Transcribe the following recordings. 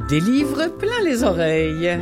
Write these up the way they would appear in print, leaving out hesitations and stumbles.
Des livres plein les oreilles.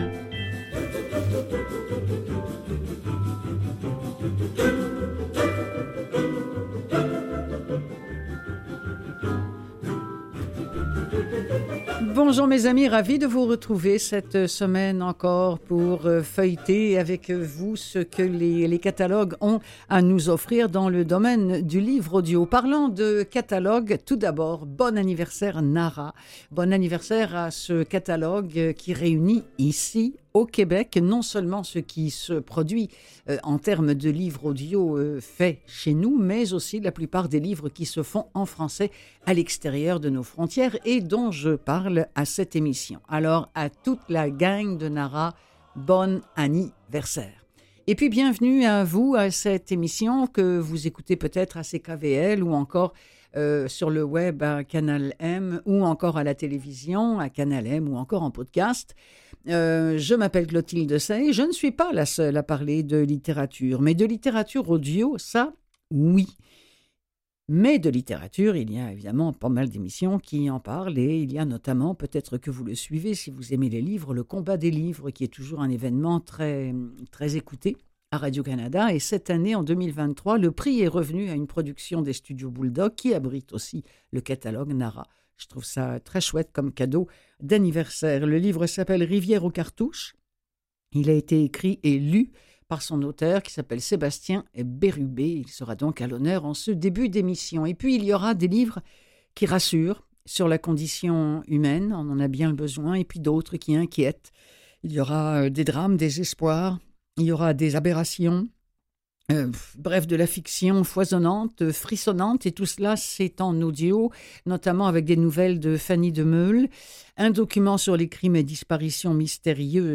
Bonjour mes amis, ravi de vous retrouver cette semaine encore pour feuilleter avec vous ce que les catalogues ont à nous offrir dans le domaine du livre audio. Parlant de catalogue, tout d'abord, bon anniversaire Nara. Bon anniversaire à ce catalogue qui réunit ici au Québec, non seulement ce qui se produit en termes de livres audio faits chez nous, mais aussi la plupart des livres qui se font en français à l'extérieur de nos frontières et dont je parle à cette émission. Alors, à toute la gang de Nara, bon anniversaire. Et puis, bienvenue à vous à cette émission que vous écoutez peut-être à CKVL ou encore sur le web à Canal M ou encore à la télévision à Canal M ou encore en podcast. Je m'appelle Clotilde Sey. Je ne suis pas la seule à parler de littérature, mais de littérature audio, ça, oui. Mais de littérature, il y a évidemment pas mal d'émissions qui en parlent et il y a notamment, peut-être que vous le suivez si vous aimez les livres, le Combat des livres qui est toujours un événement très, très écouté à Radio-Canada. Et cette année, en 2023, le prix est revenu à une production des studios Bulldog qui abrite aussi le catalogue Nara. Je trouve ça très chouette comme cadeau d'anniversaire. Le livre s'appelle « Rivière aux cartouches ». Il a été écrit et lu par son auteur qui s'appelle Sébastien Bérubé. Il sera donc à l'honneur en ce début d'émission. Et puis, il y aura des livres qui rassurent sur la condition humaine, on en a bien le besoin, et puis d'autres qui inquiètent. Il y aura des drames, des espoirs, il y aura des aberrations, bref, de la fiction foisonnante, frissonnante, et tout cela, c'est en audio, notamment avec des nouvelles de Fanny Demeule, un document sur les crimes et disparitions mystérieux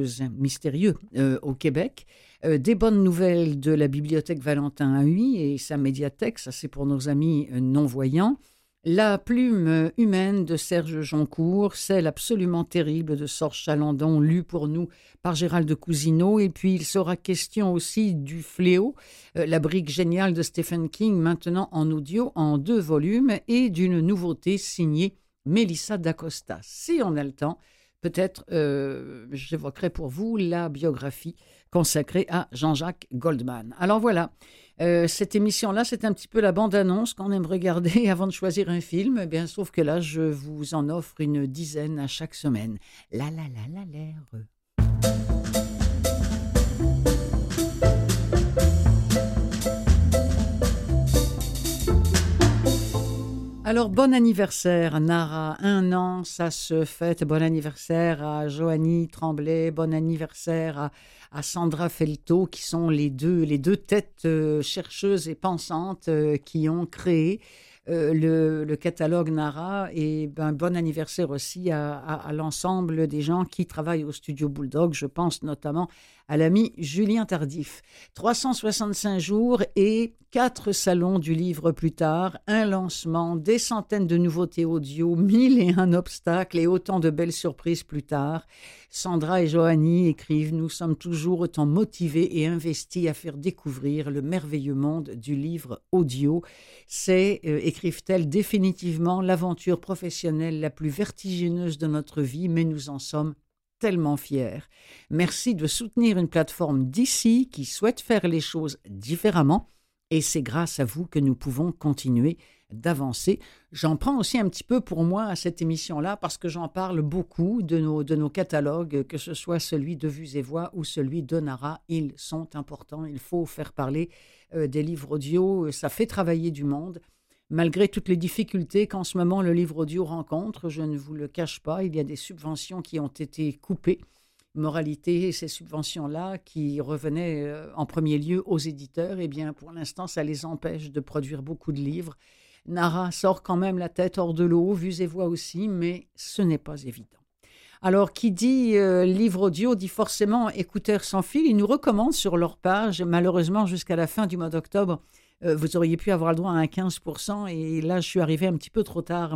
au Québec, des bonnes nouvelles de la bibliothèque Valentin Huy et sa médiathèque, ça c'est pour nos amis non-voyants, la plume humaine de Serge Joncourt, celle absolument terrible de Sorge Chalandon, lue pour nous par Gérald Cousineau, et puis il sera question aussi du Fléau, la brique géniale de Stephen King, maintenant en audio, en 2 volumes, et d'une nouveauté signée Mélissa d'Acosta. Si on a le temps, peut-être j'évoquerai pour vous la biographie consacrée à Jean-Jacques Goldman. Alors voilà, cette émission-là, c'est un petit peu la bande-annonce qu'on aime regarder avant de choisir un film, bien, sauf que là, je vous en offre une dizaine à chaque semaine. L'air. Alors, bon anniversaire, Nara. 1 an, ça se fête. Bon anniversaire à Joanie Tremblay. Bon anniversaire à Sandra Felto, qui sont les deux têtes chercheuses et pensantes qui ont créé le catalogue Nara. Et bon anniversaire aussi à l'ensemble des gens qui travaillent au studio Bulldog. Je pense notamment à l'ami Julien Tardif. 365 jours et 4 salons du livre plus tard, un lancement, des centaines de nouveautés audio, 1001 obstacles et autant de belles surprises plus tard. Sandra et Joanie écrivent « Nous sommes toujours autant motivés et investis à faire découvrir le merveilleux monde du livre audio. C'est, écrivent-elles, définitivement l'aventure professionnelle la plus vertigineuse de notre vie, mais nous en sommes tellement fiers. Merci de soutenir une plateforme d'ici qui souhaite faire les choses différemment et c'est grâce à vous que nous pouvons continuer d'avancer. » J'en prends aussi un petit peu pour moi à cette émission-là parce que j'en parle beaucoup de nos catalogues, que ce soit celui de Vues et Voix ou celui de Nara. Ils sont importants, il faut faire parler des livres audio, ça fait travailler du monde. Malgré toutes les difficultés qu'en ce moment le livre audio rencontre, je ne vous le cache pas, il y a des subventions qui ont été coupées. Moralité, ces subventions-là qui revenaient en premier lieu aux éditeurs, eh bien pour l'instant ça les empêche de produire beaucoup de livres. Nara sort quand même la tête hors de l'eau, Vues et Voix aussi, mais ce n'est pas évident. Alors, qui dit livre audio dit forcément écouteurs sans fil. Ils nous recommandent sur leur page, malheureusement jusqu'à la fin du mois d'octobre, vous auriez pu avoir le droit à un 15%, et là je suis arrivée un petit peu trop tard, mais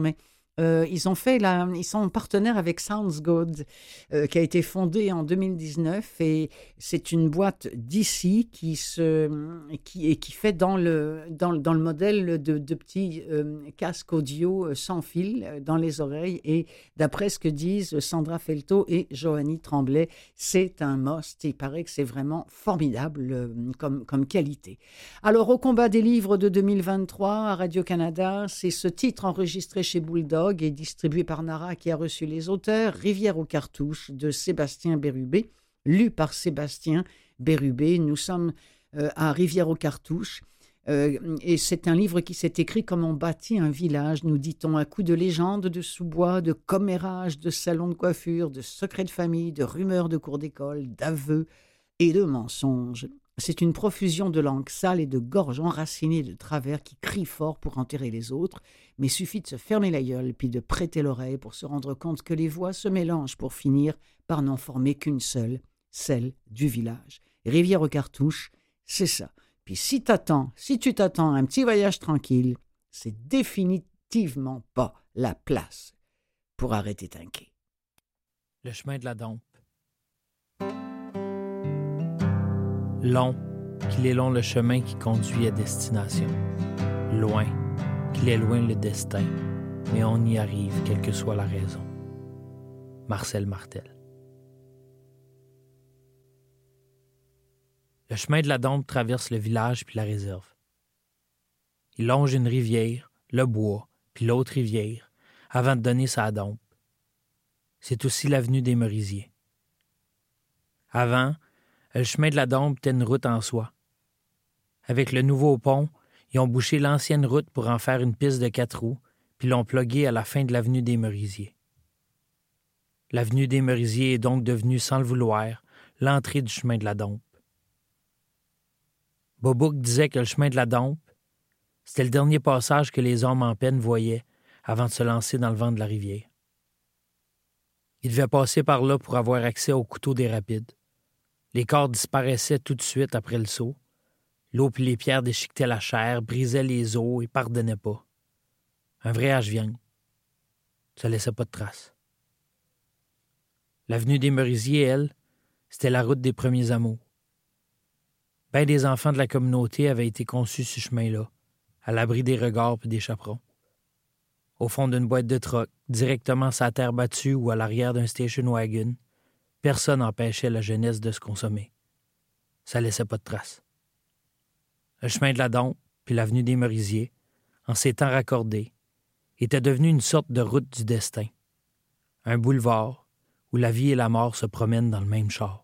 Ils sont partenaires avec Sounds Good, qui a été fondée en 2019, et c'est une boîte d'ici qui fait dans le modèle de petits casques audio sans fil dans les oreilles. Et d'après ce que disent Sandra Felto et Joanie Tremblay, c'est un must. Il paraît que c'est vraiment formidable comme qualité. Alors, au combat des livres de 2023 à Radio-Canada, c'est ce titre enregistré chez Bulldog et distribué par Nara qui a reçu les auteurs, Rivière aux cartouches de Sébastien Bérubé, lu par Sébastien Bérubé. Nous sommes à Rivière aux cartouches et c'est un livre qui s'est écrit comme on bâtit un village, nous dit-on, à coups de légendes de sous-bois, de commérages, de salons de coiffure, de secrets de famille, de rumeurs de cours d'école, d'aveux et de mensonges. C'est une profusion de langues sales et de gorges enracinées de travers qui crient fort pour enterrer les autres, mais suffit de se fermer la gueule puis de prêter l'oreille pour se rendre compte que les voix se mélangent pour finir par n'en former qu'une seule, celle du village. Rivière aux cartouches, c'est ça. Puis si tu t'attends à un petit voyage tranquille, c'est définitivement pas la place pour arrêter t'inquiet. Le chemin de la Dompe. Long, qu'il est long le chemin qui conduit à destination. Loin, qu'il est loin le destin, mais on y arrive, quelle que soit la raison. Marcel Martel. Le chemin de la Dompe traverse le village puis la réserve. Il longe une rivière, le bois, puis l'autre rivière, avant de donner sa Dompe. C'est aussi l'avenue des Merisiers. Avant, le chemin de la Dompe était une route en soi. Avec le nouveau pont, ils ont bouché l'ancienne route pour en faire une piste de 4 roues, puis l'ont pluguée à la fin de l'avenue des Merisiers. L'avenue des Merisiers est donc devenue, sans le vouloir, l'entrée du chemin de la Dompe. Bobouk disait que le chemin de la Dompe, c'était le dernier passage que les hommes en peine voyaient avant de se lancer dans le vent de la rivière. Ils devaient passer par là pour avoir accès au couteau des rapides. Les corps disparaissaient tout de suite après le saut. L'eau puis les pierres déchiquetaient la chair, brisaient les os et pardonnaient pas. Un vrai H-Vienne. Ça laissait pas de traces. L'avenue des Merisiers, elle, c'était la route des premiers amours. Ben des enfants de la communauté avaient été conçus sur ce chemin-là, à l'abri des regards puis des chaperons. Au fond d'une boîte de troc, directement sur la terre battue ou à l'arrière d'un station wagon, personne n'empêchait la jeunesse de se consommer. Ça laissait pas de traces. Le chemin de la Dompe, puis l'avenue des Merisiers, en s'étant raccordés, était devenu une sorte de route du destin. Un boulevard où la vie et la mort se promènent dans le même char.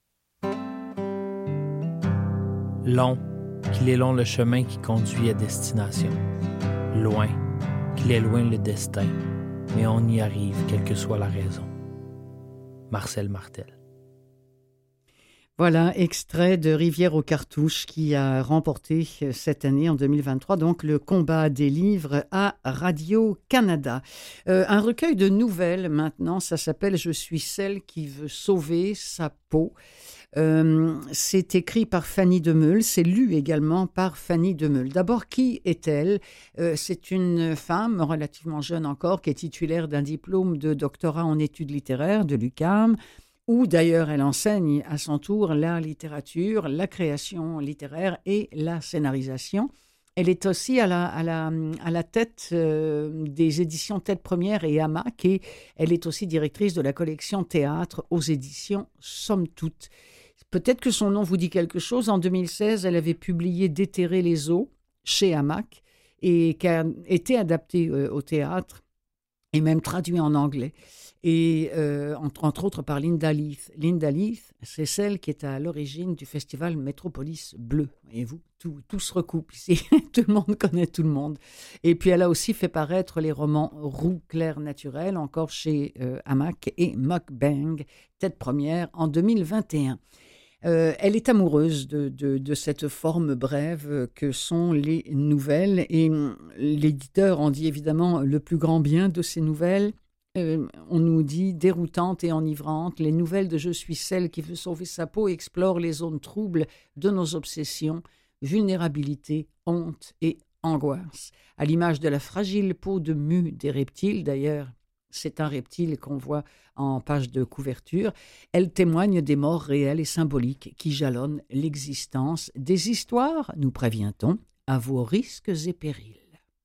Long, qu'il est long le chemin qui conduit à destination. Loin, qu'il est loin le destin, mais on y arrive, quelle que soit la raison. Marcel Martel. Voilà, extrait de Rivière aux cartouches qui a remporté cette année, en 2023, donc le combat des livres à Radio-Canada. Un recueil de nouvelles maintenant, ça s'appelle « Je suis celle qui veut sauver sa peau ». C'est écrit par Fanny Demeule, c'est lu également par Fanny Demeule. D'abord, qui est-elle? C'est une femme relativement jeune encore qui est titulaire d'un diplôme de doctorat en études littéraires de l'UQAM, où d'ailleurs elle enseigne à son tour la littérature, la création littéraire et la scénarisation. Elle est aussi à la tête des éditions Tête Première et Hamac, et elle est aussi directrice de la collection Théâtre aux éditions Somme Toute. Peut-être que son nom vous dit quelque chose. En 2016, elle avait publié Déterrer les eaux chez Hamac et qui a été adapté au théâtre et même traduit en anglais. Et entre autres par Linda Leith. Linda Leith, c'est celle qui est à l'origine du festival Métropolis Bleu. Voyez-vous, tout se recoupe ici. Tout le monde connaît tout le monde. Et puis elle a aussi fait paraître les romans Roux clair naturel, encore chez Hamac, et Mukbang, Tête Première, en 2021. Elle est amoureuse de cette forme brève que sont les nouvelles, et l'éditeur en dit évidemment le plus grand bien de ces nouvelles. On nous dit déroutantes et enivrantes, les nouvelles de Je suis celle qui veut sauver sa peau explorent les zones troubles de nos obsessions, vulnérabilité, honte et angoisse. À l'image de la fragile peau de mue des reptiles, d'ailleurs, c'est un reptile qu'on voit en page de couverture, elle témoigne des morts réelles et symboliques qui jalonnent l'existence des histoires, nous prévient-on, à vos risques et périls.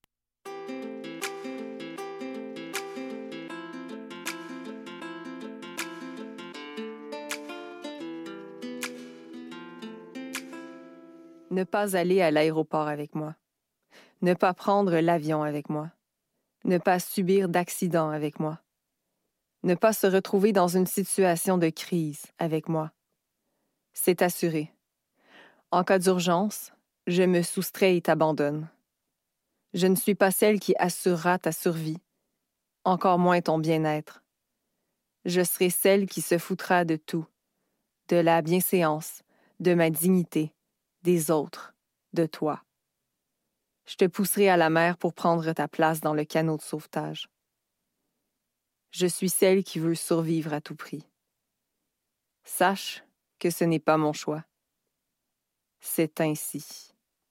Ne pas aller à l'aéroport avec moi. Ne pas prendre l'avion avec moi. Ne pas subir d'accident avec moi. Ne pas se retrouver dans une situation de crise avec moi. C'est assuré. En cas d'urgence, je me soustrais et t'abandonne. Je ne suis pas celle qui assurera ta survie, encore moins ton bien-être. Je serai celle qui se foutra de tout, de la bienséance, de ma dignité, des autres, de toi. Je te pousserai à la mer pour prendre ta place dans le canot de sauvetage. Je suis celle qui veut survivre à tout prix. Sache que ce n'est pas mon choix. C'est ainsi.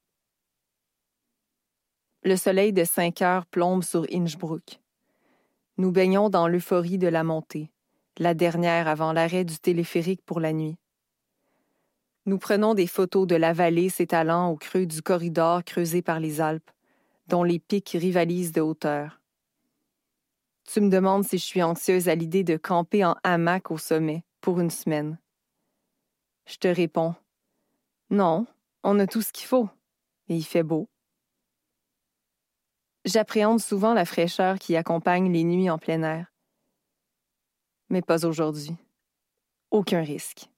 Le soleil de 5 heures plombe sur Innsbruck. Nous baignons dans l'euphorie de la montée, la dernière avant l'arrêt du téléphérique pour la nuit. Nous prenons des photos de la vallée s'étalant au creux du corridor creusé par les Alpes, dont les pics rivalisent de hauteur. Tu me demandes si je suis anxieuse à l'idée de camper en hamac au sommet pour une semaine. Je te réponds, non, on a tout ce qu'il faut, et il fait beau. J'appréhende souvent la fraîcheur qui accompagne les nuits en plein air. Mais pas aujourd'hui. Aucun risque.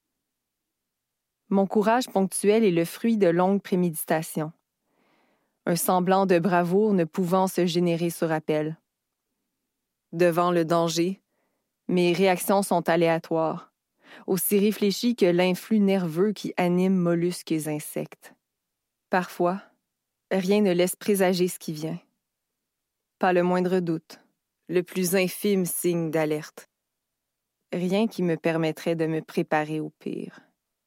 Mon courage ponctuel est le fruit de longues préméditations. Un semblant de bravoure ne pouvant se générer sur appel. Devant le danger, mes réactions sont aléatoires, aussi réfléchies que l'influx nerveux qui anime mollusques et insectes. Parfois, rien ne laisse présager ce qui vient. Pas le moindre doute, le plus infime signe d'alerte. Rien qui me permettrait de me préparer au pire.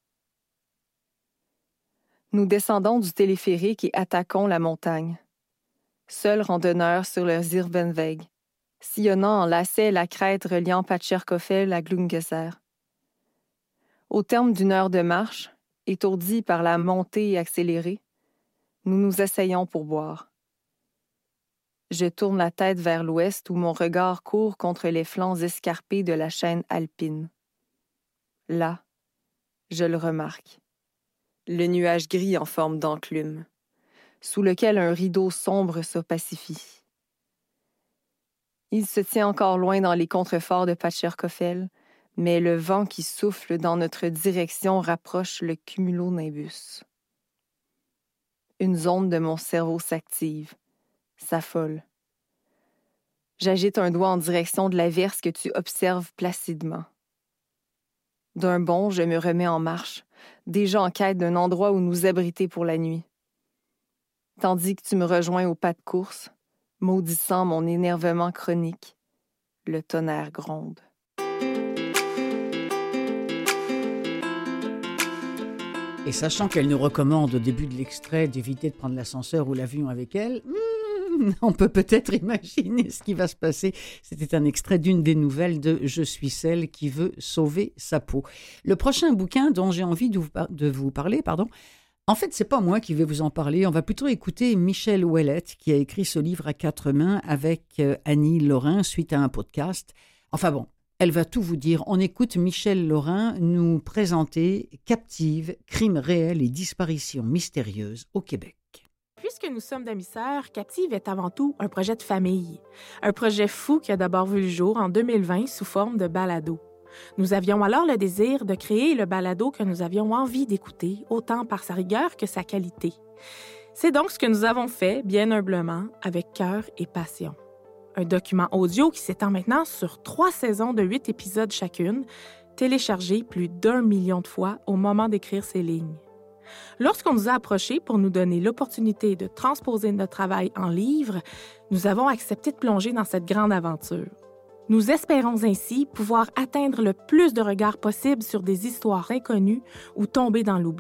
Nous descendons du téléphérique et attaquons la montagne. Seuls randonneurs sur le Zirbenweg, sillonnant en lacet la crête reliant Patscherkofel à Glungeser. Au terme d'une heure de marche, étourdis par la montée accélérée, nous nous asseyons pour boire. Je tourne la tête vers l'ouest où mon regard court contre les flancs escarpés de la chaîne alpine. Là, je le remarque. Le nuage gris en forme d'enclume, sous lequel un rideau sombre s'opacifie. Il se tient encore loin dans les contreforts de Patscherkofel, mais le vent qui souffle dans notre direction rapproche le cumulonimbus. Une zone de mon cerveau s'active, s'affole. J'agite un doigt en direction de l'averse que tu observes placidement. D'un bond, je me remets en marche, déjà en quête d'un endroit où nous abriter pour la nuit. Tandis que tu me rejoins au pas de course, maudissant mon énervement chronique, le tonnerre gronde. Et sachant qu'elle nous recommande au début de l'extrait d'éviter de prendre l'ascenseur ou l'avion avec elle, on peut peut-être imaginer ce qui va se passer. C'était un extrait d'une des nouvelles de « Je suis celle qui veut sauver sa peau ». Le prochain bouquin dont j'ai envie de vous parler, en fait, c'est pas moi qui vais vous en parler. On va plutôt écouter Michel Ouellette qui a écrit ce livre à 4 mains avec Annie Laurin suite à un podcast. Enfin bon, elle va tout vous dire. On écoute Michel Laurin nous présenter Captive, crimes réels et disparitions mystérieuses au Québec. Puisque nous sommes d'amis-sœurs, Captive est avant tout un projet de famille. Un projet fou qui a d'abord vu le jour en 2020 sous forme de balado. Nous avions alors le désir de créer le balado que nous avions envie d'écouter, autant par sa rigueur que sa qualité. C'est donc ce que nous avons fait, bien humblement, avec cœur et passion. Un document audio qui s'étend maintenant sur 3 saisons de 8 épisodes chacune, téléchargé plus d'1 million de fois au moment d'écrire ces lignes. Lorsqu'on nous a approchés pour nous donner l'opportunité de transposer notre travail en livre, nous avons accepté de plonger dans cette grande aventure. Nous espérons ainsi pouvoir atteindre le plus de regards possible sur des histoires inconnues ou tombées dans l'oubli.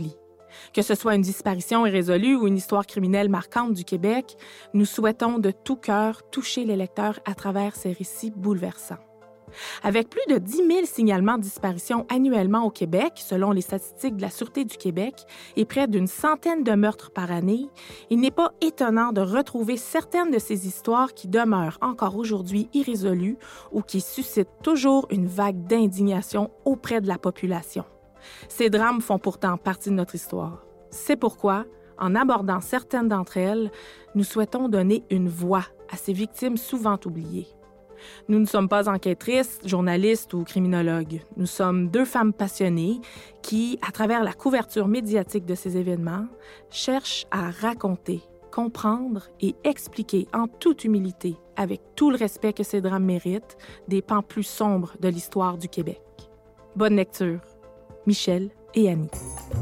Que ce soit une disparition irrésolue ou une histoire criminelle marquante du Québec, nous souhaitons de tout cœur toucher les lecteurs à travers ces récits bouleversants. Avec plus de 10 000 signalements de disparition annuellement au Québec, selon les statistiques de la Sûreté du Québec, et près d'une centaine de meurtres par année, il n'est pas étonnant de retrouver certaines de ces histoires qui demeurent encore aujourd'hui irrésolues ou qui suscitent toujours une vague d'indignation auprès de la population. Ces drames font pourtant partie de notre histoire. C'est pourquoi, en abordant certaines d'entre elles, nous souhaitons donner une voix à ces victimes souvent oubliées. Nous ne sommes pas enquêtrices, journalistes ou criminologues. Nous sommes deux femmes passionnées qui, à travers la couverture médiatique de ces événements, cherchent à raconter, comprendre et expliquer en toute humilité, avec tout le respect que ces drames méritent, des pans plus sombres de l'histoire du Québec. Bonne lecture. Michel et Annie.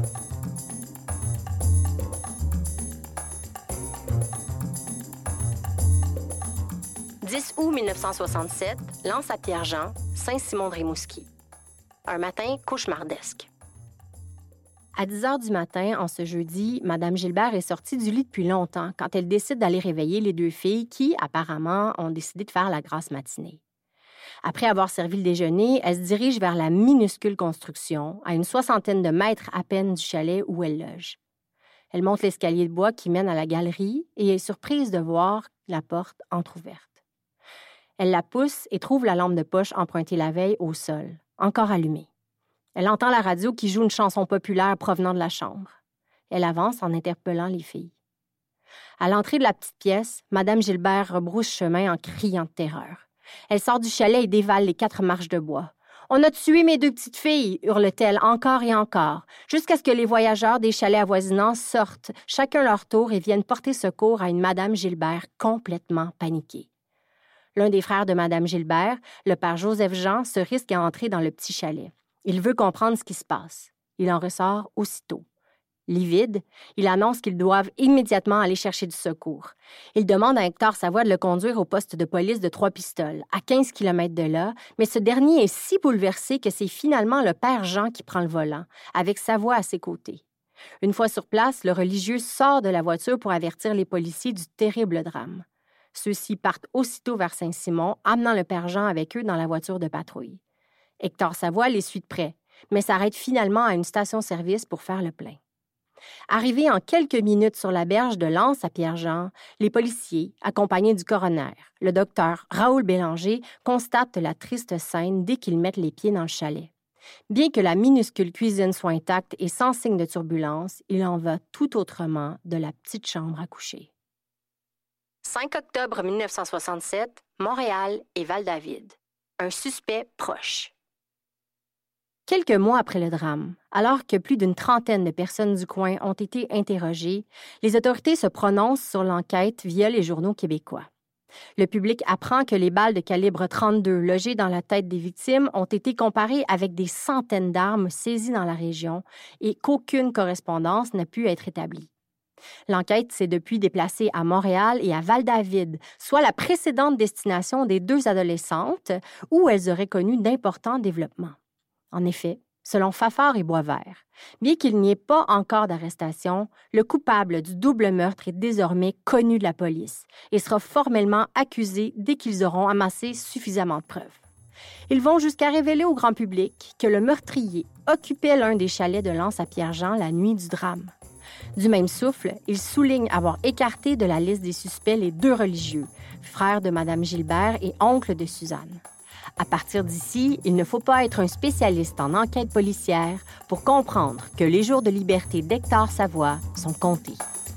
10 août 1967, Lance à Pierre-Jean, Saint-Simon-de-Rimouski. Un matin cauchemardesque. À 10 heures du matin, en ce jeudi, Mme Gilbert est sortie du lit depuis longtemps quand elle décide d'aller réveiller les deux filles qui, apparemment, ont décidé de faire la grasse matinée. Après avoir servi le déjeuner, elle se dirige vers la minuscule construction, à une 60aine de mètres à peine du chalet où elle loge. Elle monte l'escalier de bois qui mène à la galerie et est surprise de voir la porte entrouverte. Elle la pousse et trouve la lampe de poche empruntée la veille au sol, encore allumée. Elle entend la radio qui joue une chanson populaire provenant de la chambre. Elle avance en interpellant les filles. À l'entrée de la petite pièce, Mme Gilbert rebrousse chemin en criant de terreur. Elle sort du chalet et dévale les 4 marches de bois. « On a tué mes 2 petites filles !» hurle-t-elle encore et encore, jusqu'à ce que les voyageurs des chalets avoisinants sortent, chacun leur tour, et viennent porter secours à une Mme Gilbert complètement paniquée. L'un des frères de Mme Gilbert, le père Joseph-Jean, se risque à entrer dans le petit chalet. Il veut comprendre ce qui se passe. Il en ressort aussitôt. Livide, il annonce qu'ils doivent immédiatement aller chercher du secours. Il demande à Hector Savoie de le conduire au poste de police de Trois-Pistoles, à 15 km de là, mais ce dernier est si bouleversé que c'est finalement le père Jean qui prend le volant, avec Savoie à ses côtés. Une fois sur place, le religieux sort de la voiture pour avertir les policiers du terrible drame. Ceux-ci partent aussitôt vers Saint-Simon, amenant le père Jean avec eux dans la voiture de patrouille. Hector Savoie les suit de près, mais s'arrête finalement à une station-service pour faire le plein. Arrivés en quelques minutes sur la berge de l'Anse à Pierre-Jean, les policiers, accompagnés du coroner, le docteur Raoul Bélanger, constatent la triste scène dès qu'ils mettent les pieds dans le chalet. Bien que la minuscule cuisine soit intacte et sans signe de turbulence, il en va tout autrement de la petite chambre à coucher. 5 octobre 1967, Montréal et Val-David. Un suspect proche. Quelques mois après le drame, alors que plus d'une trentaine de personnes du coin ont été interrogées, les autorités se prononcent sur l'enquête via les journaux québécois. Le public apprend que les balles de calibre 32 logées dans la tête des victimes ont été comparées avec des centaines d'armes saisies dans la région et qu'aucune correspondance n'a pu être établie. L'enquête s'est depuis déplacée à Montréal et à Val-David, soit la précédente destination des 2 adolescentes, où elles auraient connu d'importants développements. En effet, selon Fafard et Boisvert, bien qu'il n'y ait pas encore d'arrestation, le coupable du double meurtre est désormais connu de la police et sera formellement accusé dès qu'ils auront amassé suffisamment de preuves. Ils vont jusqu'à révéler au grand public que le meurtrier occupait l'un des chalets de l'Anse à Pierre-Jean la nuit du drame. Du même souffle, il souligne avoir écarté de la liste des suspects les 2 religieux, frères de Mme Gilbert et oncle de Suzanne. À partir d'ici, il ne faut pas être un spécialiste en enquête policière pour comprendre que les jours de liberté d'Hector Savoie sont comptés.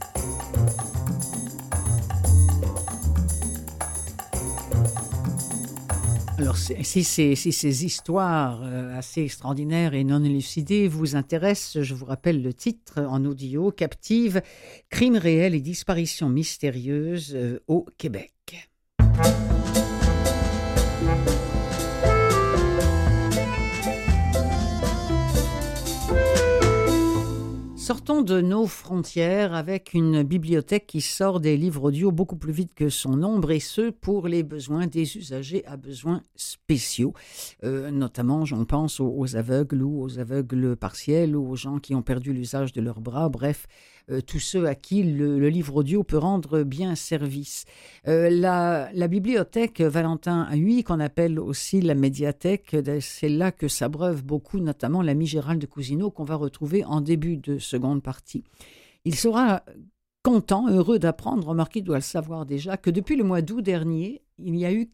Alors, si ces histoires assez extraordinaires et non élucidées vous intéressent, je vous rappelle le titre en audio, Captive, crimes réels et disparitions mystérieuses au Québec. Sortons Sortons de nos frontières avec une bibliothèque qui sort des livres audio beaucoup plus vite que son ombre, et ce, pour les besoins des usagers à besoins spéciaux. Notamment, j'en pense aux aveugles ou aux aveugles partiels ou aux gens qui ont perdu l'usage de leurs bras, bref, tous ceux à qui le livre audio peut rendre bien service. La bibliothèque Valentin Huy, qu'on appelle aussi la médiathèque, c'est là que s'abreuve beaucoup, notamment l'ami Gérald Cousineau, qu'on va retrouver en début de seconde partie. Il sera content, heureux d'apprendre, remarquez, il doit le savoir déjà, que depuis le mois d'août dernier, il y a eu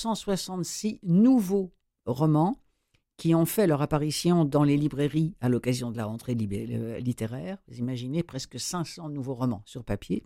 466 nouveaux romans qui ont fait leur apparition dans les librairies à l'occasion de la rentrée littéraire. Vous imaginez, presque 500 nouveaux romans sur papier.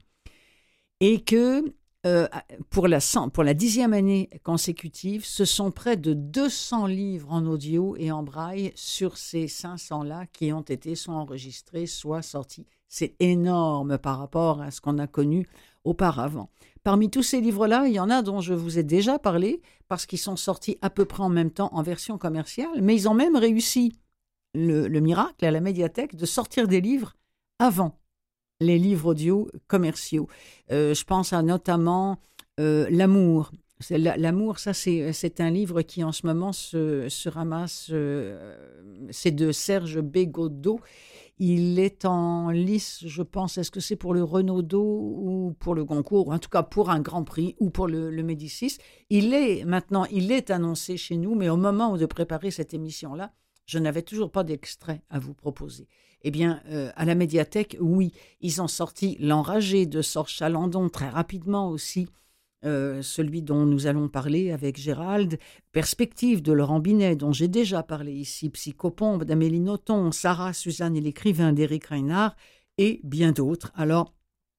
Et que pour la 10e année consécutive, ce sont près de 200 livres en audio et en braille sur ces 500-là qui ont été soit enregistrés, soit sortis. C'est énorme par rapport à ce qu'on a connu auparavant. Parmi tous ces livres-là, il y en a dont je vous ai déjà parlé parce qu'ils sont sortis à peu près en même temps en version commerciale, mais ils ont même réussi le miracle à la médiathèque de sortir des livres avant les livres audio commerciaux. Je pense à notamment L'amour. L'amour, ça c'est un livre qui en ce moment se ramasse, c'est de Serge Bégodeau. Il est en lice, je pense, est-ce que c'est pour le Renaudot ou pour le Goncourt, ou en tout cas pour un Grand Prix ou pour le Médicis. Il est annoncé chez nous, mais au moment de préparer cette émission-là, je n'avais toujours pas d'extrait à vous proposer. Eh bien, à la médiathèque, oui, ils ont sorti L'Enragé de Sorge Chalandon très rapidement aussi, celui dont nous allons parler avec Gérald, Perspective de Laurent Binet, dont j'ai déjà parlé ici, Psychopompe d'Amélie Nothomb, Sarah, Suzanne et l'écrivain d'Éric Reinhardt, et bien d'autres. Alors,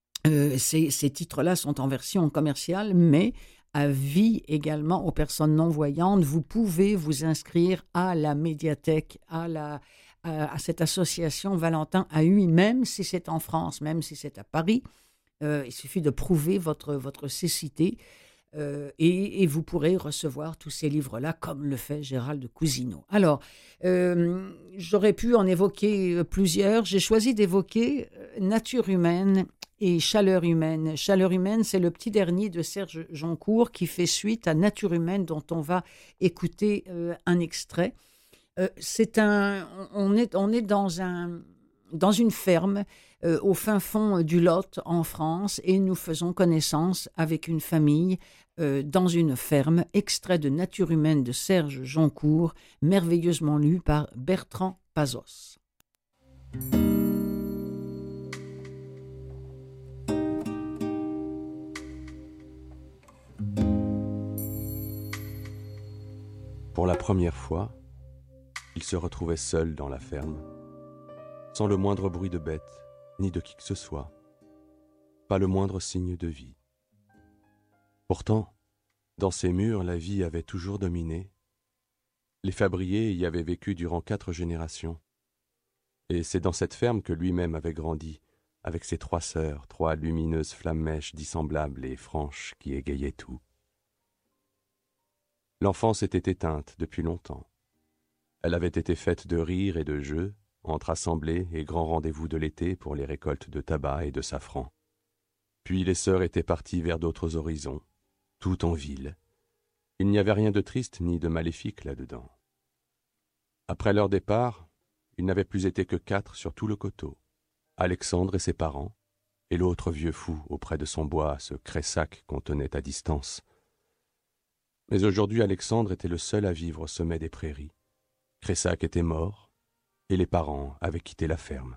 ces titres-là sont en version commerciale, mais avis également aux personnes non-voyantes. Vous pouvez vous inscrire à la médiathèque, à cette association Valentin Huy, même si c'est en France, même si c'est à Paris. Il suffit de prouver votre cécité et vous pourrez recevoir tous ces livres-là, comme le fait Gérald Cousineau. Alors, j'aurais pu en évoquer plusieurs. J'ai choisi d'évoquer Nature humaine et Chaleur humaine. Chaleur humaine, c'est le petit dernier de Serge Joncourt qui fait suite à Nature humaine, dont on va écouter un extrait. On est dans une ferme au fin fond du Lot en France, et nous faisons connaissance avec une famille dans une ferme. Extrait de Nature humaine de Serge Joncourt, merveilleusement lu par Bertrand Pazos. Pour la première fois, il se retrouvait seul dans la ferme, sans le moindre bruit de bête, ni de qui que ce soit, pas le moindre signe de vie. Pourtant, dans ces murs, la vie avait toujours dominé. Les Fabriers y avaient vécu durant 4 générations, et c'est dans cette ferme que lui-même avait grandi, avec ses 3 sœurs, 3 lumineuses flammes-mèches dissemblables et franches qui égayaient tout. L'enfance était éteinte depuis longtemps. Elle avait été faite de rires et de jeux, entre assemblées et grands rendez-vous de l'été pour les récoltes de tabac et de safran. Puis les sœurs étaient parties vers d'autres horizons, tout en ville. Il n'y avait rien de triste ni de maléfique là-dedans. Après leur départ, il n'avait plus été que 4 sur tout le coteau. Alexandre et ses parents, et l'autre vieux fou auprès de son bois, ce Cressac qu'on tenait à distance. Mais aujourd'hui, Alexandre était le seul à vivre au sommet des prairies. Cressac était mort, et les parents avaient quitté la ferme.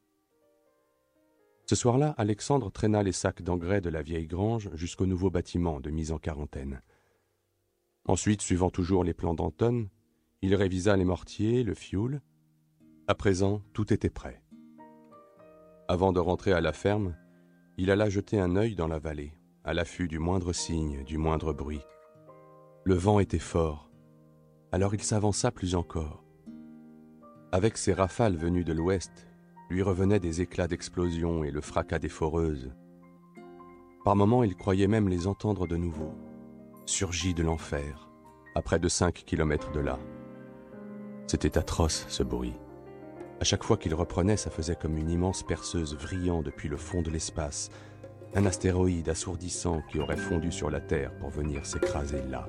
Ce soir-là, Alexandre traîna les sacs d'engrais de la vieille grange jusqu'au nouveau bâtiment de mise en quarantaine. Ensuite, suivant toujours les plans d'Anton, il révisa les mortiers, le fioul. À présent, tout était prêt. Avant de rentrer à la ferme, il alla jeter un œil dans la vallée, à l'affût du moindre signe, du moindre bruit. Le vent était fort, alors il s'avança plus encore. Avec ces rafales venues de l'ouest, lui revenaient des éclats d'explosion et le fracas des foreuses. Par moments, il croyait même les entendre de nouveau, surgis de l'enfer, à près de 5 kilomètres de là. C'était atroce, ce bruit. À chaque fois qu'il reprenait, ça faisait comme une immense perceuse vrillant depuis le fond de l'espace, un astéroïde assourdissant qui aurait fondu sur la Terre pour venir s'écraser là.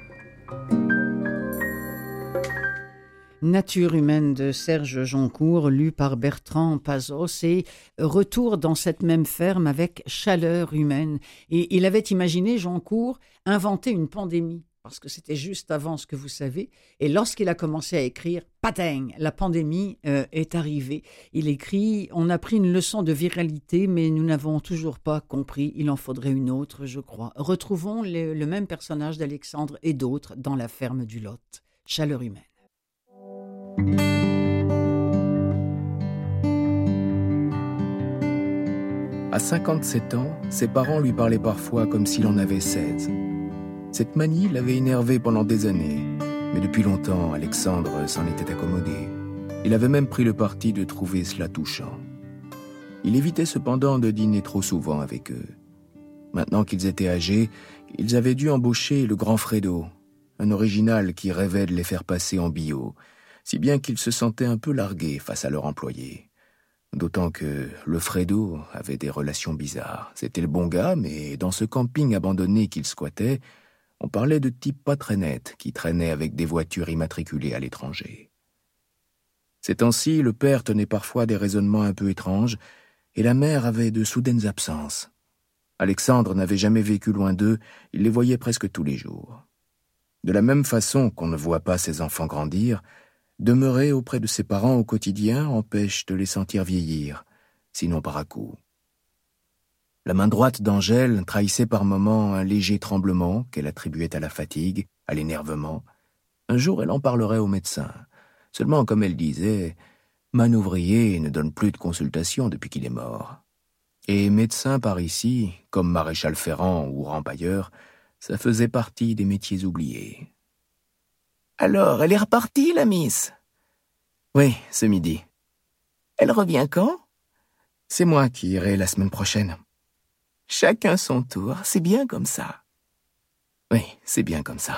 Nature humaine de Serge Joncourt, lu par Bertrand Pazos, et retour dans cette même ferme avec Chaleur humaine. Et il avait imaginé, Joncourt, inventer une pandémie, parce que c'était juste avant ce que vous savez. Et lorsqu'il a commencé à écrire, patang, la pandémie est arrivée. Il écrit « On a pris une leçon de viralité, mais nous n'avons toujours pas compris. Il en faudrait une autre, je crois. » Retrouvons le même personnage d'Alexandre et d'autres dans la ferme du Lot. Chaleur humaine. À 57 ans, ses parents lui parlaient parfois comme s'il en avait 16. Cette manie l'avait énervé pendant des années, mais depuis longtemps, Alexandre s'en était accommodé. Il avait même pris le parti de trouver cela touchant. Il évitait cependant de dîner trop souvent avec eux. Maintenant qu'ils étaient âgés, ils avaient dû embaucher le grand Fredo, un original qui rêvait de les faire passer en bio, si bien qu'ils se sentaient un peu largués face à leur employé. D'autant que le Fredo avait des relations bizarres. C'était le bon gars, mais dans ce camping abandonné qu'il squattait, on parlait de types pas très nets qui traînaient avec des voitures immatriculées à l'étranger. Ces temps-ci, le père tenait parfois des raisonnements un peu étranges, et la mère avait de soudaines absences. Alexandre n'avait jamais vécu loin d'eux, il les voyait presque tous les jours. De la même façon qu'on ne voit pas ses enfants grandir, demeurer auprès de ses parents au quotidien empêche de les sentir vieillir, sinon par à-coups. La main droite d'Angèle trahissait par moments un léger tremblement qu'elle attribuait à la fatigue, à l'énervement. Un jour, elle en parlerait au médecin. Seulement, comme elle disait, Manouvrier ne donne plus de consultation depuis qu'il est mort. Et médecin par ici, comme maréchal ferrant ou rempailleur, ça faisait partie des métiers oubliés. « Alors, elle est repartie, la miss ?»« Oui, ce midi. »« Elle revient quand ?»« C'est moi qui irai la semaine prochaine. »« Chacun son tour, c'est bien comme ça. »« Oui, c'est bien comme ça. »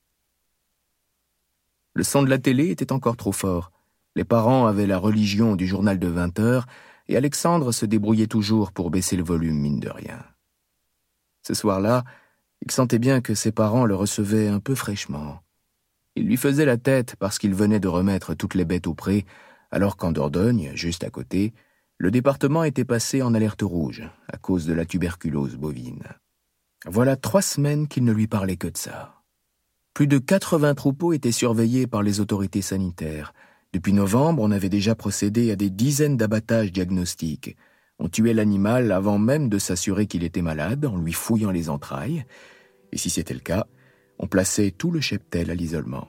Le son de la télé était encore trop fort. Les parents avaient la religion du journal de 20 heures et Alexandre se débrouillait toujours pour baisser le volume, mine de rien. Ce soir-là, il sentait bien que ses parents le recevaient un peu fraîchement. Il lui faisait la tête parce qu'il venait de remettre toutes les bêtes au pré, alors qu'en Dordogne, juste à côté, le département était passé en alerte rouge à cause de la tuberculose bovine. Voilà 3 semaines qu'il ne lui parlait que de ça. Plus de 80 troupeaux étaient surveillés par les autorités sanitaires. Depuis novembre, on avait déjà procédé à des dizaines d'abattages diagnostiques. On tuait l'animal avant même de s'assurer qu'il était malade en lui fouillant les entrailles. Et si c'était le cas, on plaçait tout le cheptel à l'isolement.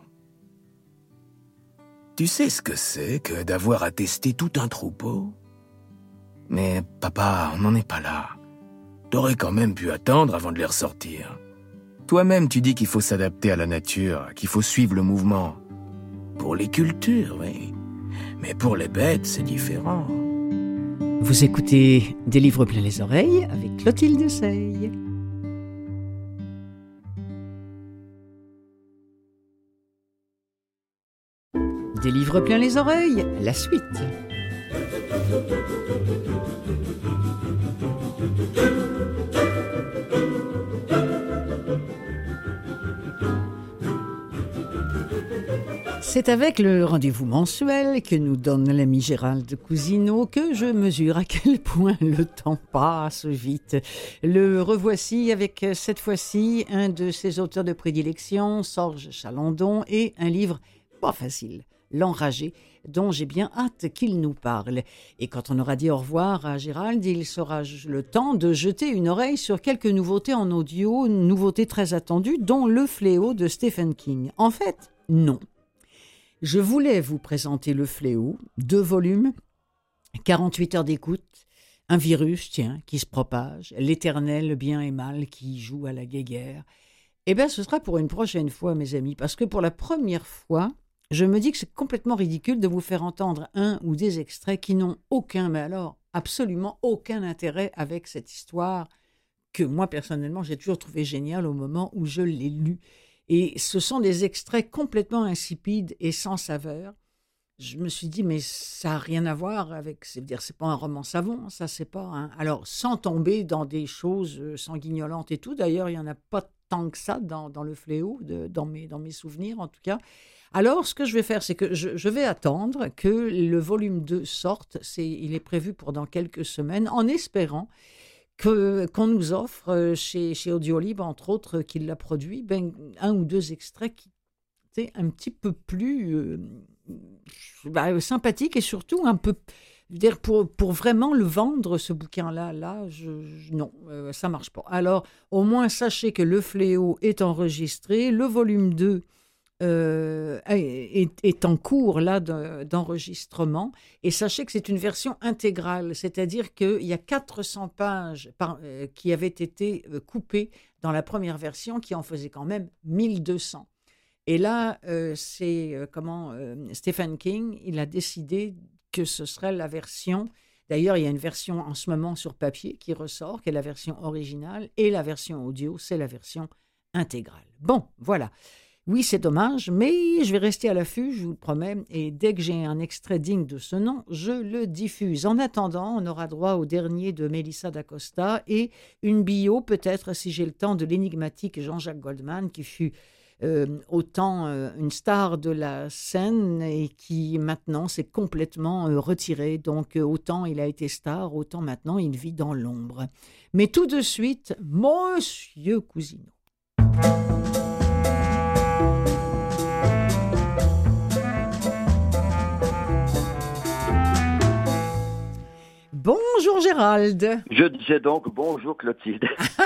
Tu sais ce que c'est que d'avoir à tester tout un troupeau ? Mais papa, on n'en est pas là. T'aurais quand même pu attendre avant de les ressortir. Toi-même, tu dis qu'il faut s'adapter à la nature, qu'il faut suivre le mouvement. Pour les cultures, oui. Mais pour les bêtes, c'est différent. Vous écoutez Des livres plein les oreilles avec Clotilde Sey. Des livres plein les oreilles, la suite. C'est avec le rendez-vous mensuel que nous donne l'ami Gérald Cousineau que je mesure à quel point le temps passe vite. Le revoici avec cette fois-ci un de ses auteurs de prédilection, Sorge Chalandon, et un livre pas facile, L'Enragé, dont j'ai bien hâte qu'il nous parle. Et quand on aura dit au revoir à Gérald, il sera le temps de jeter une oreille sur quelques nouveautés en audio, nouveautés très attendues, dont Le Fléau de Stephen King. En fait, non. Je voulais vous présenter Le Fléau, 2 volumes, 48 heures d'écoute, un virus, qui se propage, l'éternel bien et mal qui joue à la guéguerre. Eh bien, ce sera pour une prochaine fois, mes amis, parce que pour la première fois, je me dis que c'est complètement ridicule de vous faire entendre un ou des extraits qui n'ont aucun, mais alors absolument aucun intérêt avec cette histoire que moi, personnellement, j'ai toujours trouvé géniale au moment où je l'ai lu. Et ce sont des extraits complètement insipides et sans saveur. je me suis dit, mais ça n'a rien à voir avec, c'est pas un roman savon, ça, c'est pas. Alors, sans tomber dans des choses sanguignolantes et tout, d'ailleurs, il n'y en a pas tant que ça dans Le Fléau, dans mes souvenirs en tout cas. Alors, ce que je vais faire, c'est que je vais attendre que le volume 2 sorte. Il est prévu pour dans quelques semaines, en espérant qu'on nous offre chez Audiolib, entre autres, qui l'a produit, un ou deux extraits qui étaient un petit peu plus sympathiques et surtout un peu... Je veux dire, pour vraiment le vendre, ce bouquin-là, non, ça ne marche pas. Alors, au moins, sachez que Le Fléau est enregistré. Le volume 2 est en cours là d'enregistrement, et sachez que c'est une version intégrale, c'est-à-dire qu'il y a 400 pages qui avaient été coupées dans la première version, qui en faisait quand même 1200. Et là, Stephen King, il a décidé que ce serait la version... D'ailleurs, il y a une version en ce moment sur papier qui ressort, qui est la version originale, et la version audio, c'est la version intégrale. Bon, voilà. Oui, c'est dommage, mais je vais rester à l'affût, je vous le promets, et dès que j'ai un extrait digne de ce nom, je le diffuse. En attendant, on aura droit au dernier de Melissa d'Acosta et une bio, peut-être, si j'ai le temps, de l'énigmatique Jean-Jacques Goldman, qui fut autant une star de la scène et qui maintenant s'est complètement retiré. Donc autant il a été star, autant maintenant il vit dans l'ombre. Mais tout de suite, Monsieur Cousineau. Bonjour Gérald. Je disais donc bonjour Clotilde.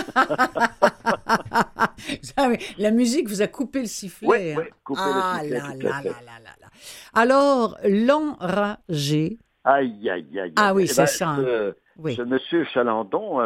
La musique vous a coupé le sifflet. Oui, coupé le sifflet. Là. Alors, L'Enragé. Aïe. Ah oui, c'est ça. Ce monsieur Chalandon,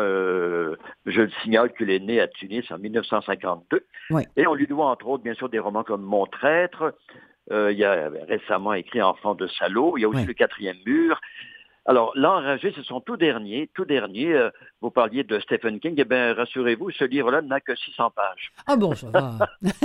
je le signale qu'il est né à Tunis en 1952. Oui. Et on lui doit entre autres, bien sûr, des romans comme Mon Traître. Il a récemment écrit Enfant de salaud. Il y a aussi Le Quatrième Mur. Alors, L'Enragé, c'est son tout dernier. Vous parliez de Stephen King. Eh bien, rassurez-vous, ce livre-là n'a que 600 pages. Ah bon, ça va.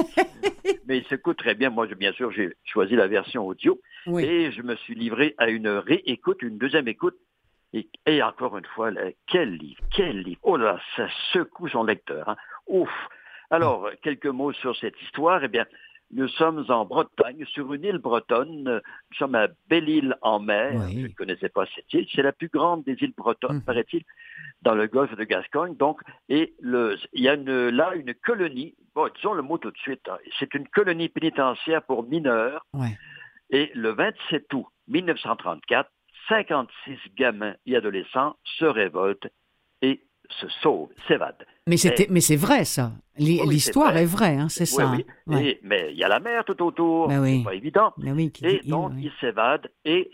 Mais il s'écoute très bien. Moi, bien sûr, j'ai choisi la version audio. Oui. Et je me suis livré à une réécoute, une deuxième écoute. Et encore une fois, quel livre. Oh là, ça secoue son lecteur. Hein. Ouf. Alors, quelques mots sur cette histoire. Eh bien, nous sommes en Bretagne, sur une île bretonne. Nous sommes à Belle-Île-en-Mer. Oui. Je ne connaissais pas cette île. C'est la plus grande des îles bretonnes, paraît-il, dans le golfe de Gascogne. Donc, et il y a une colonie. Bon, disons le mot tout de suite. Hein. C'est une colonie pénitentiaire pour mineurs. Oui. Et le 27 août 1934, 56 gamins et adolescents se révoltent et se sauvent, s'évadent. Mais c'est vrai, ça. L'histoire est vraie, hein, c'est ça. Oui. Ouais. Mais il y a la mer tout autour, c'est pas évident. Ils s'évadent et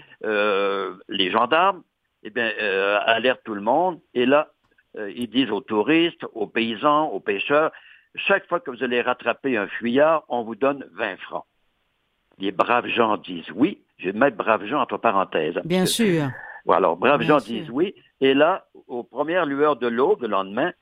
les gendarmes alertent tout le monde. Et là, ils disent aux touristes, aux paysans, aux pêcheurs, chaque fois que vous allez rattraper un fuyard, on vous donne 20 francs. Les braves gens disent oui. Je vais mettre braves gens entre parenthèses. Hein, bien sûr. Voilà, alors, braves gens disent oui. Et là, aux premières lueurs de l'aube, le lendemain,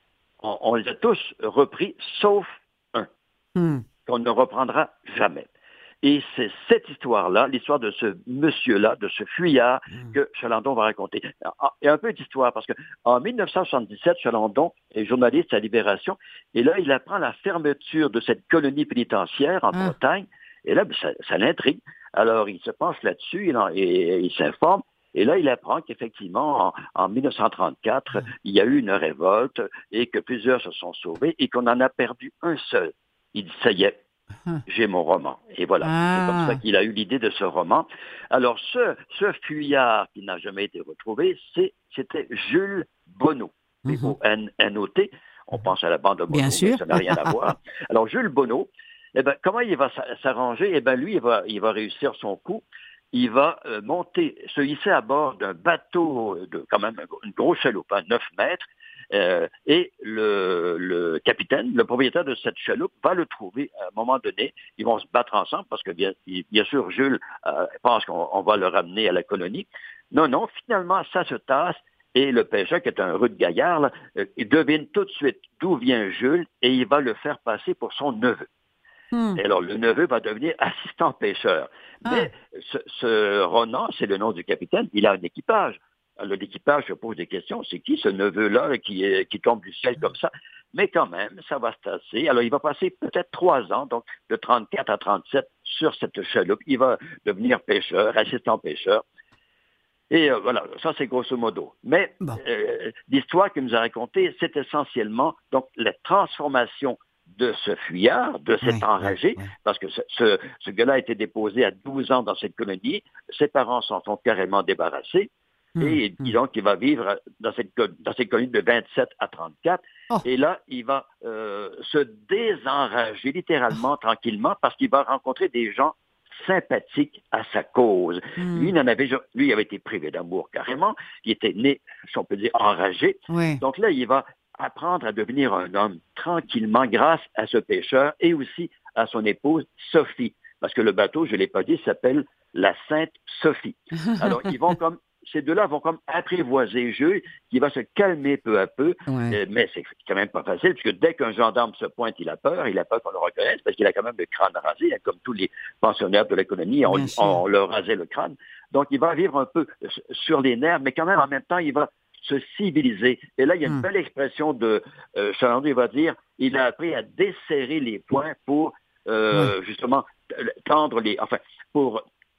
on les a tous repris, sauf un, qu'on ne reprendra jamais. Et c'est cette histoire-là, l'histoire de ce monsieur-là, de ce fuyard, que Chalandon va raconter. Et un peu d'histoire, parce qu'en 1977, Chalandon est journaliste à Libération, et là, il apprend la fermeture de cette colonie pénitentiaire en Bretagne, et là, ça l'intrigue. Alors, il se penche là-dessus, il s'informe, et là, il apprend qu'effectivement, en 1934, il y a eu une révolte, et que plusieurs se sont sauvés, et qu'on en a perdu un seul. Il dit, ça y est, j'ai mon roman. Et voilà, c'est comme ça qu'il a eu l'idée de ce roman. Alors, ce fuyard qui n'a jamais été retrouvé, c'était Jules Bonneau, B-O-N-N-O-T. On pense à la bande de Bonneau, mais ça n'a rien à voir. Alors, Jules Bonneau, comment il va s'arranger? Lui, il va réussir son coup. Il va se hisser à bord d'un bateau de quand même une grosse chaloupe, 9 mètres. Et le capitaine, le propriétaire de cette chaloupe, va le trouver à un moment donné. Ils vont se battre ensemble parce que bien sûr, Jules pense qu'on va le ramener à la colonie. Non, finalement, ça se tasse. Et le pêcheur, qui est un rude gaillard, là, il devine tout de suite d'où vient Jules et il va le faire passer pour son neveu. Et alors, le neveu va devenir assistant pêcheur. Mais ce Ronan, c'est le nom du capitaine, il a un équipage. Alors, l'équipage se pose des questions. C'est qui ce neveu-là qui tombe du ciel comme ça? Mais quand même, ça va se tasser. Alors, il va passer peut-être 3 ans, donc de 34 à 37, sur cette chaloupe. Il va devenir pêcheur, assistant pêcheur. Et voilà, ça c'est grosso modo. Mais l'histoire qu'il nous a racontée, c'est essentiellement donc la transformation de ce fuyard, de cet enragé, parce que ce gars-là a été déposé à 12 ans dans cette colonie. Ses parents s'en sont carrément débarrassés. Et disons qu'il va vivre dans cette colonie de 27 à 34. Et là, il va se désenrager littéralement, tranquillement, parce qu'il va rencontrer des gens sympathiques à sa cause. Lui, il avait été privé d'amour carrément. Il était né, si on peut dire, enragé. Donc là, il va apprendre à devenir un homme tranquillement grâce à ce pêcheur et aussi à son épouse Sophie. Parce que le bateau, je ne l'ai pas dit, s'appelle la Sainte Sophie. Alors, ces deux-là vont comme apprivoiser le jeu, qui va se calmer peu à peu, mais c'est quand même pas facile, puisque dès qu'un gendarme se pointe, il a peur qu'on le reconnaisse, parce qu'il a quand même le crâne rasé, comme tous les pensionnaires de la colonie, on leur rasait le crâne. Donc, il va vivre un peu sur les nerfs, mais quand même, en même temps, il va se civiliser. Et là, il y a une belle expression de Chalandon, il va dire, il a appris à desserrer les poings pour, justement, tendre les... Enfin, pour...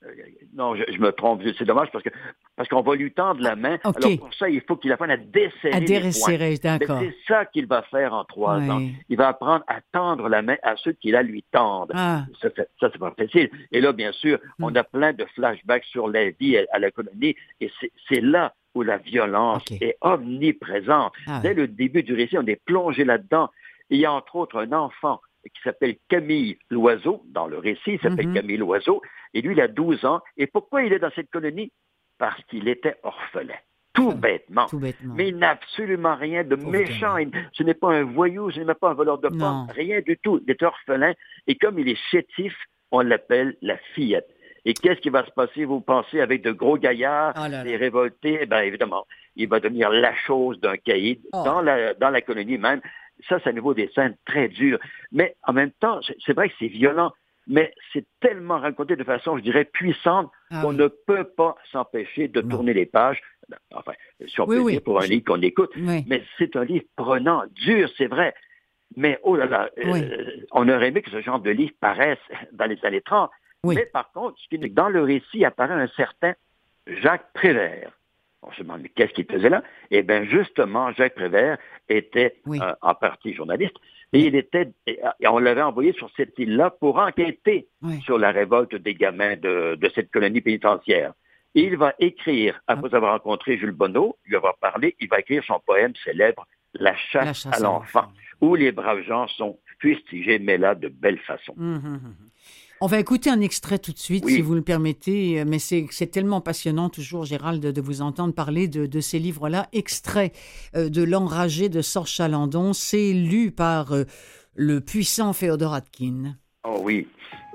Non, je me trompe, c'est dommage parce qu'on va lui tendre la main. Alors pour ça, il faut qu'il apprenne à desserrer les poings. D'accord. Mais c'est ça qu'il va faire en 3 ans. Il va apprendre à tendre la main à ceux qui la lui tendent. Ça, c'est pas facile. Et là, bien sûr, on a plein de flashbacks sur la vie à la colonie et c'est là où la violence est omniprésente. Dès le début du récit, on est plongé là-dedans. Il y a entre autres un enfant qui s'appelle Camille Loiseau, dans le récit, il s'appelle Camille Loiseau, et lui, il a 12 ans. Et pourquoi il est dans cette colonie? Parce qu'il était orphelin. Tout bêtement. Mais il n'a absolument rien de méchant. Ce n'est pas un voyou, ce n'est pas un voleur de pommes, rien du tout. Il est orphelin, et comme il est chétif, on l'appelle la fillette. Et qu'est-ce qui va se passer, vous pensez, avec de gros gaillards, des révoltés? Eh bien, évidemment, il va devenir la chose d'un caïd dans la colonie même. Ça, c'est à nouveau des scènes très dures. Mais en même temps, c'est vrai que c'est violent, mais c'est tellement raconté de façon, je dirais, puissante qu'on ne peut pas s'empêcher de tourner les pages. Enfin, si on peut dire pour un livre qu'on écoute. Mais c'est un livre prenant, dur, c'est vrai. Mais oh là là, on aurait aimé que ce genre de livre paraisse dans les années 30. Mais par contre, dans le récit apparaît un certain Jacques Prévert. On se demande, mais qu'est-ce qu'il faisait là? Eh bien, justement, Jacques Prévert était en partie journaliste et on l'avait envoyé sur cette île-là pour enquêter sur la révolte des gamins de cette colonie pénitentiaire. Et il va écrire, après avoir rencontré Jules Bonneau, lui avoir parlé, il va écrire son poème célèbre « La chasse à l'enfant », où les braves gens sont fustigés, mais là, de belle façon. On va écouter un extrait tout de suite, si vous le permettez, mais c'est tellement passionnant toujours, Gérald, de vous entendre parler de ces livres-là. Extrait de L'Enragé de Sorge Chalandon, c'est lu par le puissant Féodor Atkine. Oh oui.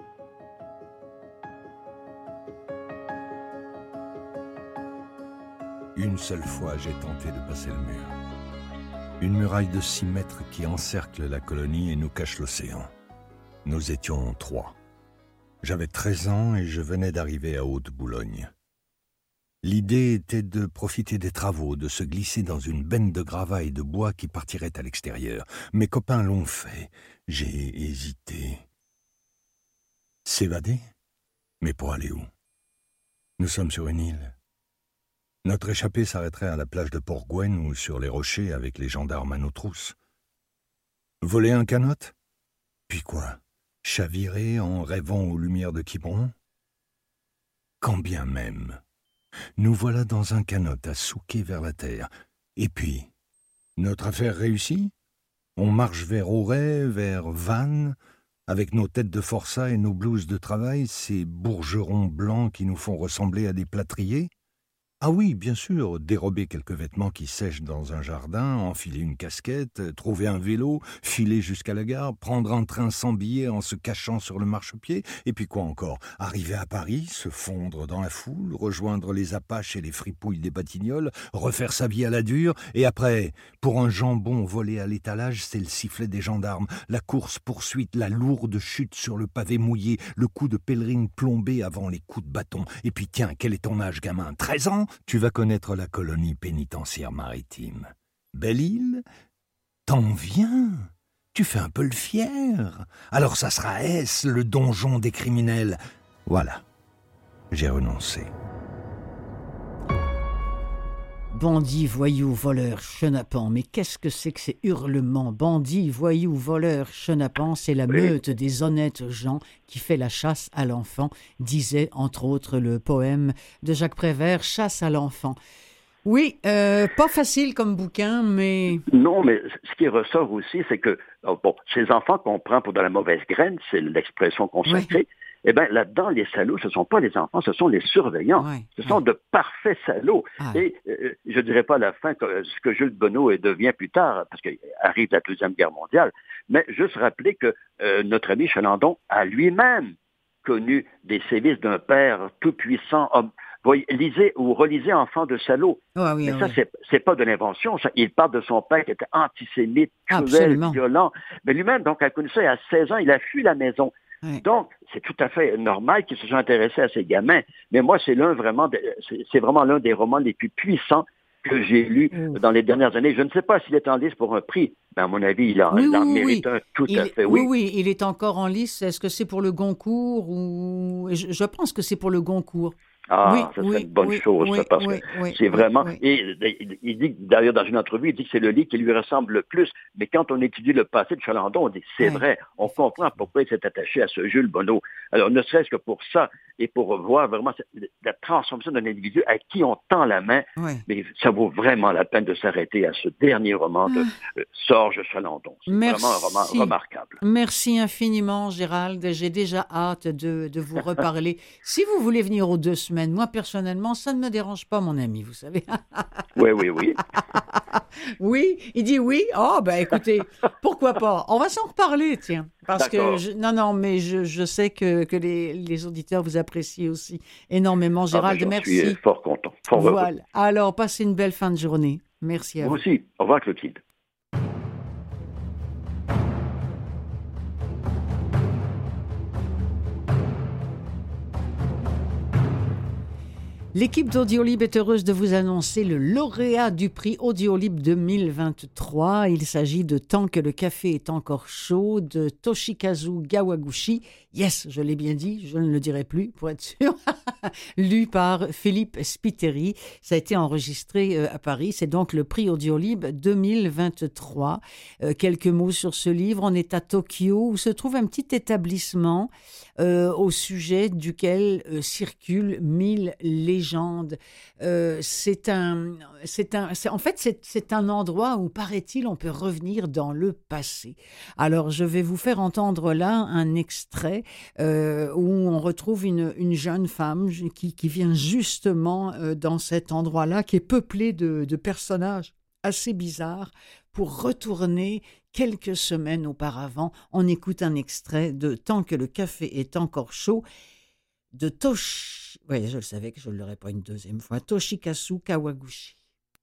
Une seule fois, j'ai tenté de passer le mur. Une muraille de 6 mètres qui encercle la colonie et nous cache l'océan. Nous étions 3. J'avais 13 ans et je venais d'arriver à Haute-Boulogne. L'idée était de profiter des travaux, de se glisser dans une benne de gravats et de bois qui partirait à l'extérieur. Mes copains l'ont fait. J'ai hésité. S'évader? Mais pour aller où? Nous sommes sur une île. Notre échappée s'arrêterait à la plage de Port-Gwen ou sur les rochers avec les gendarmes à nos trousses. Voler un canot? Puis quoi? Chavirer en rêvant aux lumières de Quiberon? Quand bien même. Nous voilà dans un canot à souquer vers la terre. Et puis, notre affaire réussit? On marche vers Auray, vers Vannes, avec nos têtes de forçat et nos blouses de travail, ces bourgerons blancs qui nous font ressembler à des plâtriers? Ah oui, bien sûr, dérober quelques vêtements qui sèchent dans un jardin, enfiler une casquette, trouver un vélo, filer jusqu'à la gare, prendre un train sans billet en se cachant sur le marchepied, et puis quoi encore? Arriver à Paris, se fondre dans la foule, rejoindre les apaches et les fripouilles des Batignolles, refaire sa vie à la dure, et après, pour un jambon volé à l'étalage, c'est le sifflet des gendarmes, la course-poursuite, la lourde chute sur le pavé mouillé, le coup de pèlerine plombé avant les coups de bâton. Et puis tiens, quel est ton âge, gamin? 13 ans? Tu vas connaître la colonie pénitentiaire maritime. Belle-Île? T'en viens? Tu fais un peu le fier. Alors ça sera S, le donjon des criminels. Voilà, j'ai renoncé. Bandits, voyous, voleurs, chenapans. Mais qu'est-ce que c'est que ces hurlements? Bandits, voyous, voleurs, chenapans, c'est la meute des honnêtes gens qui fait la chasse à l'enfant, disait entre autres le poème de Jacques Prévert, Chasse à l'enfant. Oui, pas facile comme bouquin, mais... Non, mais ce qui ressort aussi, c'est que, ces enfants qu'on prend pour de la mauvaise graine, c'est l'expression consacrée, eh bien, là-dedans, les salauds, ce ne sont pas les enfants, ce sont les surveillants. Ce sont de parfaits salauds. Et je ne dirais pas à la fin ce que Jules Bonneau devient plus tard, parce qu'arrive la Deuxième Guerre mondiale, mais juste rappeler que notre ami Chalandon a lui-même connu des sévices d'un père tout-puissant, homme. Lisez ou relisez Enfants de salauds. Mais ça, c'est pas de l'invention. Ça. Il parle de son père qui était antisémite, cruel, violent. Mais lui-même, donc, a connu ça à 16 ans. Il a fui la maison. Donc, c'est tout à fait normal qu'ils se soient intéressés à ces gamins. Mais moi, c'est vraiment l'un des romans les plus puissants que j'ai lu dans les dernières années. Je ne sais pas s'il est en lice pour un prix, mais à mon avis, il en mérite un tout à fait. Oui, il est encore en lice. Est-ce que c'est pour le Goncourt ou... Je pense que c'est pour le Goncourt. Ça serait une bonne chose, parce que c'est vraiment... Et il dit, d'ailleurs, dans une entrevue, il dit que c'est le livre qui lui ressemble le plus. Mais quand on étudie le passé de Chalandon, on dit, c'est vrai, on comprend pourquoi il s'est attaché à ce Jules Bonneau. Alors, ne serait-ce que pour ça, et pour voir vraiment la transformation d'un individu à qui on tend la main, mais ça vaut vraiment la peine de s'arrêter à ce dernier roman de Sorge Chalandon. C'est vraiment un roman remarquable. Merci infiniment, Gérald. J'ai déjà hâte de vous reparler. Si vous voulez venir aux 2 semaines, moi, personnellement, ça ne me dérange pas, mon ami, vous savez. Oui. Oui, il dit oui. Oh, ben écoutez, pourquoi pas? On va s'en reparler, tiens. Parce que, je sais que les auditeurs vous apprécient aussi énormément. Gérald, merci. Je suis fort content. Voilà. Alors, passez une belle fin de journée. Merci à vous. Vous aussi. Au revoir, Clotilde. L'équipe d'Audiolib est heureuse de vous annoncer le lauréat du prix Audiolib 2023. Il s'agit de Tant que le café est encore chaud de Toshikazu Kawaguchi. Yes, je l'ai bien dit, je ne le dirai plus pour être sûr. Lu par Philippe Spiteri. Ça a été enregistré à Paris. C'est donc le prix Audiolib 2023. Quelques mots sur ce livre. On est à Tokyo où se trouve un petit établissement au sujet duquel circulent 1000 légendes. C'est un endroit où, paraît-il, on peut revenir dans le passé. Alors, je vais vous faire entendre là un extrait où on retrouve une jeune femme qui vient justement dans cet endroit-là, qui est peuplé de personnages assez bizarres, pour retourner quelques semaines auparavant. On écoute un extrait de Tant que le café est encore chaud de Oui, je le savais que je ne l'aurais pas une deuxième fois. Toshikazu Kawaguchi.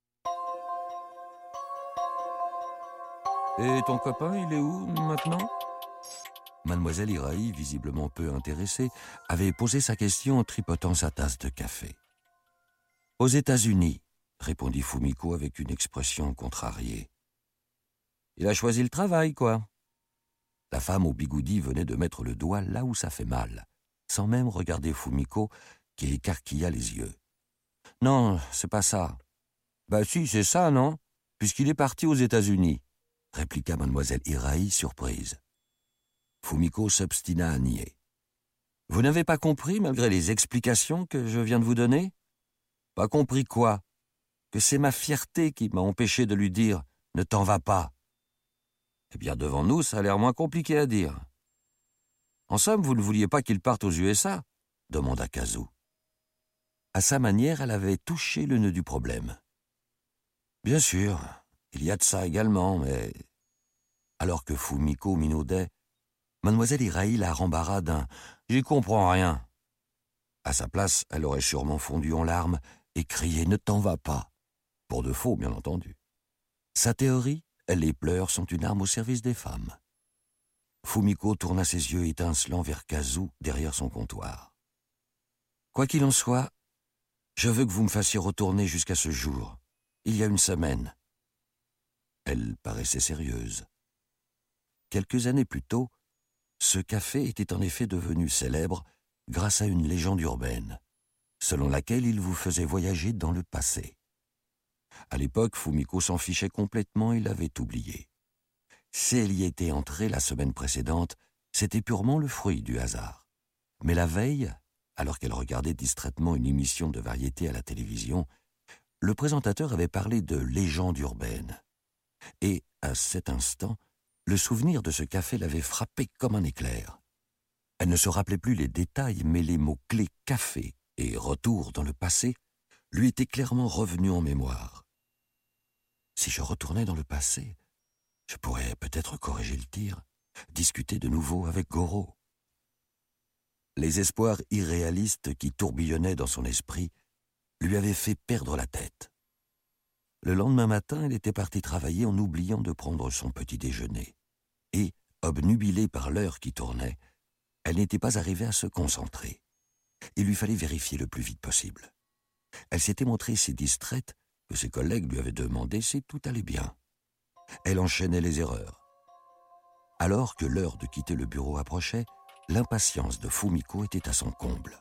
Et ton copain, il est où maintenant ? Mademoiselle Hirai, visiblement peu intéressée, avait posé sa question en tripotant sa tasse de café. « Aux États-Unis », répondit Fumiko avec une expression contrariée. « Il a choisi le travail, quoi. » La femme au bigoudi venait de mettre le doigt là où ça fait mal, sans même regarder Fumiko, qui écarquilla les yeux. « Non, c'est pas ça. »« Bah si, c'est ça, non ? Puisqu'il est parti aux États-Unis. » répliqua mademoiselle Hirai, surprise. Fumiko s'obstina à nier. « Vous n'avez pas compris, malgré les explications que je viens de vous donner ? Pas compris quoi ? Que c'est ma fierté qui m'a empêché de lui dire « Ne t'en vas pas ». Eh bien, devant nous, ça a l'air moins compliqué à dire. En somme, vous ne vouliez pas qu'il parte aux USA ? demanda Kazu. À sa manière, elle avait touché le nœud du problème. Bien sûr, il y a de ça également, mais... Alors que Fumiko minaudait, Mademoiselle Iraï la rembarra d'un « J'y comprends rien ». À sa place, elle aurait sûrement fondu en larmes et crié « Ne t'en va pas !» Pour de faux, bien entendu. Sa théorie, les pleurs sont une arme au service des femmes. Fumiko tourna ses yeux étincelants vers Kazu derrière son comptoir. « Quoi qu'il en soit, je veux que vous me fassiez retourner jusqu'à ce jour, il y a une semaine. » Elle paraissait sérieuse. Quelques années plus tôt, ce café était en effet devenu célèbre grâce à une légende urbaine, selon laquelle il vous faisait voyager dans le passé. À l'époque, Fumiko s'en fichait complètement et l'avait oublié. Si elle y était entrée la semaine précédente, c'était purement le fruit du hasard. Mais la veille, alors qu'elle regardait distraitement une émission de variété à la télévision, le présentateur avait parlé de légende urbaine. Et, à cet instant, le souvenir de ce café l'avait frappé comme un éclair. Elle ne se rappelait plus les détails, mais les mots-clés « café » et « retour dans le passé » lui étaient clairement revenus en mémoire. Si je retournais dans le passé, je pourrais peut-être corriger le tir, discuter de nouveau avec Goro. Les espoirs irréalistes qui tourbillonnaient dans son esprit lui avaient fait perdre la tête. Le lendemain matin, elle était partie travailler en oubliant de prendre son petit déjeuner. Et, obnubilée par l'heure qui tournait, elle n'était pas arrivée à se concentrer. Il lui fallait vérifier le plus vite possible. Elle s'était montrée si distraite que ses collègues lui avaient demandé si tout allait bien. Elle enchaînait les erreurs. Alors que l'heure de quitter le bureau approchait, l'impatience de Fumiko était à son comble.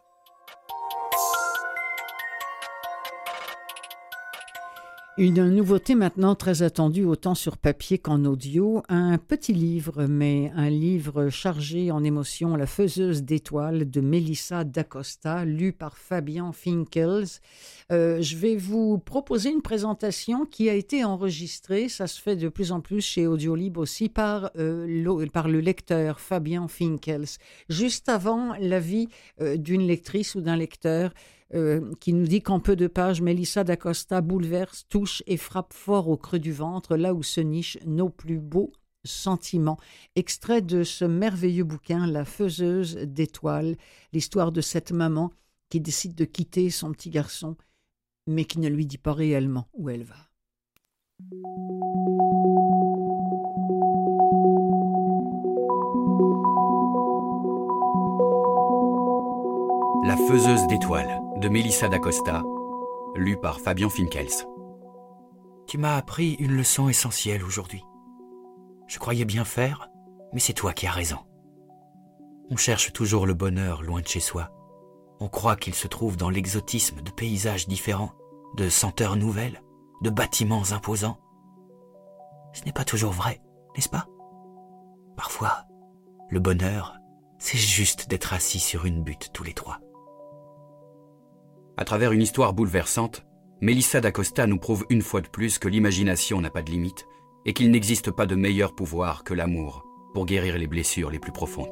Une nouveauté maintenant très attendue autant sur papier qu'en audio, un petit livre, mais un livre chargé en émotions, La faiseuse d'étoiles de Melissa d'Acosta, lu par Fabian Finkels. Je vais vous proposer une présentation qui a été enregistrée, ça se fait de plus en plus chez Audiolib aussi, par le lecteur Fabian Finkels. Juste avant l'avis d'une lectrice ou d'un lecteur, qui nous dit qu'en peu de pages, Melissa d'Acosta bouleverse, touche et frappe fort au creux du ventre, là où se nichent nos plus beaux sentiments. Extrait de ce merveilleux bouquin, La faiseuse d'étoiles, l'histoire de cette maman qui décide de quitter son petit garçon, mais qui ne lui dit pas réellement où elle va. La faiseuse d'étoiles de Melissa d'Acosta, lu par Fabian Finkels. Tu m'as appris une leçon essentielle aujourd'hui. Je croyais bien faire, mais c'est toi qui as raison. On cherche toujours le bonheur loin de chez soi. On croit qu'il se trouve dans l'exotisme de paysages différents, de senteurs nouvelles, de bâtiments imposants. Ce n'est pas toujours vrai, n'est-ce pas? Parfois, le bonheur, c'est juste d'être assis sur une butte tous les trois. À travers une histoire bouleversante, Melissa d'Acosta nous prouve une fois de plus que l'imagination n'a pas de limite et qu'il n'existe pas de meilleur pouvoir que l'amour pour guérir les blessures les plus profondes.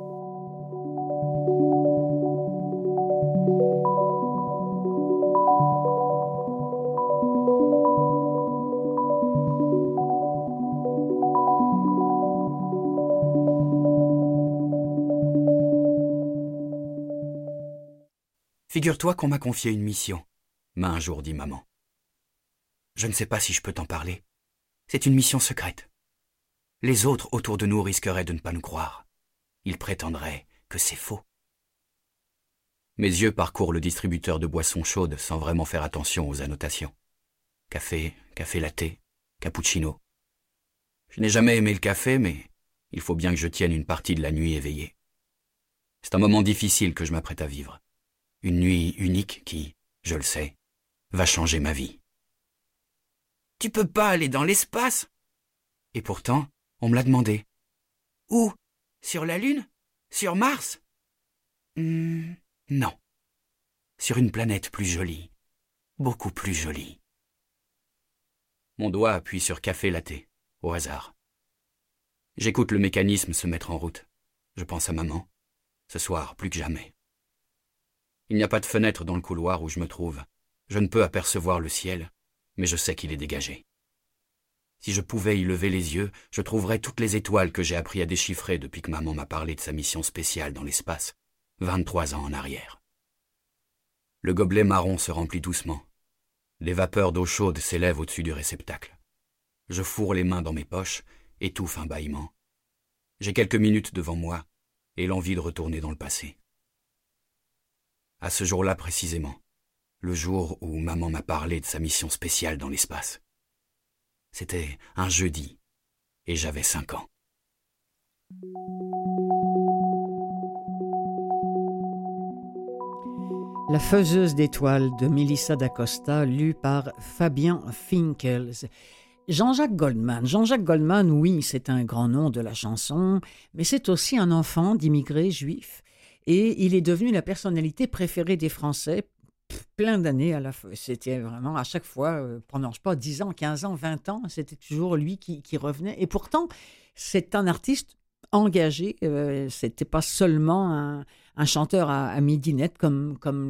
Figure-toi qu'on m'a confié une mission, m'a un jour dit maman. Je ne sais pas si je peux t'en parler. C'est une mission secrète. Les autres autour de nous risqueraient de ne pas nous croire. Ils prétendraient que c'est faux. Mes yeux parcourent le distributeur de boissons chaudes sans vraiment faire attention aux annotations. Café, café latte, cappuccino. Je n'ai jamais aimé le café, mais il faut bien que je tienne une partie de la nuit éveillée. C'est un moment difficile que je m'apprête à vivre. Une nuit unique qui, je le sais, va changer ma vie. Tu peux pas aller dans l'espace? Et pourtant, on me l'a demandé. Où? Sur la Lune? Sur Mars? Non. Sur une planète plus jolie. Beaucoup plus jolie. Mon doigt appuie sur café latte, au hasard. J'écoute le mécanisme se mettre en route. Je pense à maman. Ce soir, plus que jamais. Il n'y a pas de fenêtre dans le couloir où je me trouve. Je ne peux apercevoir le ciel, mais je sais qu'il est dégagé. Si je pouvais y lever les yeux, je trouverais toutes les étoiles que j'ai appris à déchiffrer depuis que maman m'a parlé de sa mission spéciale dans l'espace, 23 ans en arrière. Le gobelet marron se remplit doucement. Les vapeurs d'eau chaude s'élèvent au-dessus du réceptacle. Je fourre les mains dans mes poches, étouffe un bâillement. J'ai quelques minutes devant moi et l'envie de retourner dans le passé. À ce jour-là précisément, le jour où maman m'a parlé de sa mission spéciale dans l'espace. C'était un jeudi, et j'avais 5 ans. La faiseuse d'étoiles de Melissa d'Acosta, lue par Fabien Finkels. Jean-Jacques Goldman. Jean-Jacques Goldman, oui, c'est un grand nom de la chanson, mais c'est aussi un enfant d'immigrés juifs. Et il est devenu la personnalité préférée des Français plein d'années à la fin. C'était vraiment à chaque fois, pendant, je sais pas, 10 ans, 15 ans, 20 ans, c'était toujours lui qui revenait. Et pourtant, c'est un artiste engagé. C'était pas seulement un chanteur à midinette, comme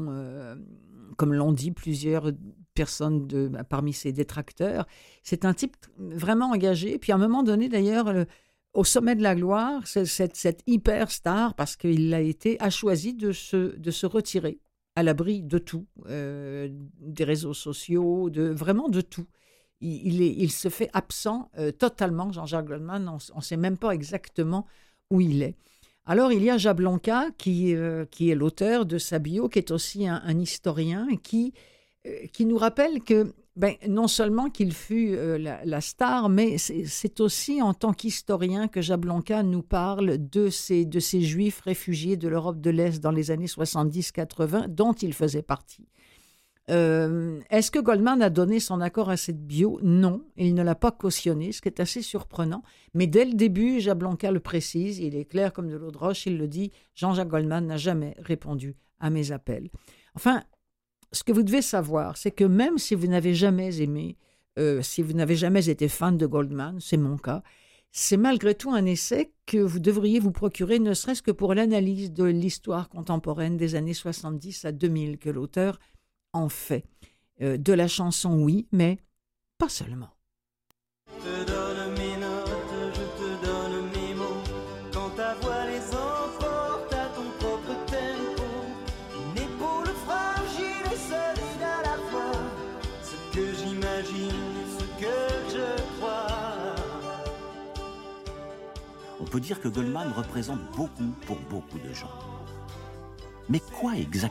l'ont dit plusieurs personnes parmi ses détracteurs. C'est un type vraiment engagé. Puis à un moment donné, d'ailleurs, au sommet de la gloire, cette hyper star, parce qu'il a choisi de se retirer à l'abri de tout, des réseaux sociaux, vraiment de tout. Il se fait absent totalement, Jean-Jacques Goldman. On ne sait même pas exactement où il est. Alors, il y a Jablonka, qui est l'auteur de sa bio, qui est aussi un historien, qui nous rappelle que non seulement qu'il fut la star, mais c'est aussi en tant qu'historien que Jablonka nous parle de ces Juifs réfugiés de l'Europe de l'Est dans les années 70-80, dont il faisait partie. Est-ce que Goldman a donné son accord à cette bio? Non, il ne l'a pas cautionné, ce qui est assez surprenant. Mais dès le début, Jablonka le précise, il est clair comme de l'eau de roche, il le dit, Jean-Jacques Goldman n'a jamais répondu à mes appels. Enfin, ce que vous devez savoir, c'est que même si vous n'avez jamais aimé, si vous n'avez jamais été fan de Goldman, c'est mon cas, c'est malgré tout un essai que vous devriez vous procurer, ne serait-ce que pour l'analyse de l'histoire contemporaine des années 70 à 2000 que l'auteur en fait. De la chanson, oui, mais pas seulement. Je te donne mes notes, je te donne mes mots. Quand ta voix les emporte à ton propre tempo, une épaule fragile et solide à la fois. Ce que j'imagine, ce que je crois. On peut dire que Goldman représente beaucoup pour beaucoup de gens. Mais quoi exactement ?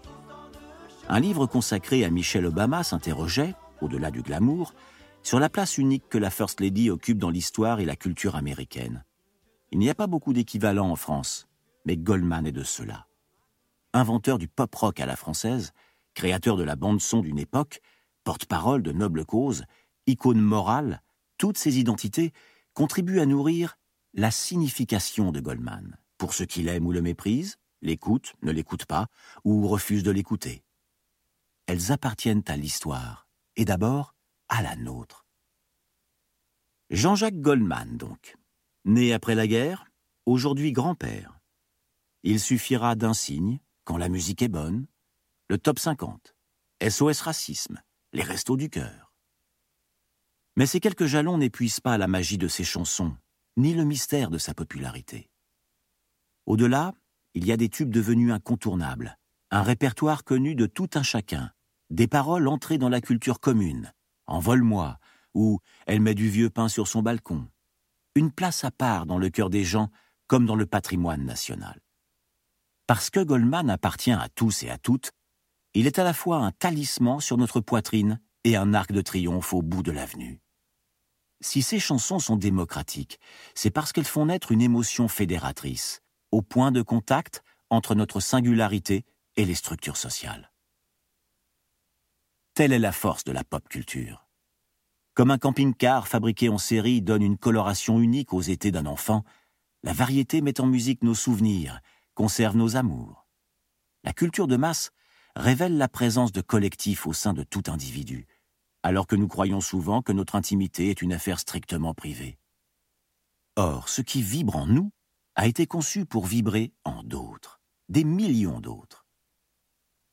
Un livre consacré à Michelle Obama s'interrogeait, au-delà du glamour, sur la place unique que la First Lady occupe dans l'histoire et la culture américaine. Il n'y a pas beaucoup d'équivalents en France, mais Goldman est de ceux-là. Inventeur du pop-rock à la française, créateur de la bande-son d'une époque, porte-parole de nobles causes, icône morale, toutes ces identités contribuent à nourrir la signification de Goldman, pour ceux qui l'aiment ou le méprisent, l'écoutent, ne l'écoutent pas, ou refusent de l'écouter. Elles appartiennent à l'histoire, et d'abord à la nôtre. Jean-Jacques Goldman, donc. Né après la guerre, aujourd'hui grand-père. Il suffira d'un signe, quand la musique est bonne, le top 50, SOS Racisme, les Restos du Cœur. Mais ces quelques jalons n'épuisent pas la magie de ses chansons, ni le mystère de sa popularité. Au-delà, il y a des tubes devenus incontournables, un répertoire connu de tout un chacun, des paroles entrées dans la culture commune, Envole-moi, ou Elle met du vieux pain sur son balcon. Une place à part dans le cœur des gens, comme dans le patrimoine national. Parce que Goldman appartient à tous et à toutes, il est à la fois un talisman sur notre poitrine et un arc de triomphe au bout de l'avenue. Si ces chansons sont démocratiques, c'est parce qu'elles font naître une émotion fédératrice, au point de contact entre notre singularité et les structures sociales. Telle est la force de la pop culture. Comme un camping-car fabriqué en série donne une coloration unique aux étés d'un enfant, la variété met en musique nos souvenirs, conserve nos amours. La culture de masse révèle la présence de collectifs au sein de tout individu, alors que nous croyons souvent que notre intimité est une affaire strictement privée. Or, ce qui vibre en nous a été conçu pour vibrer en d'autres, des millions d'autres.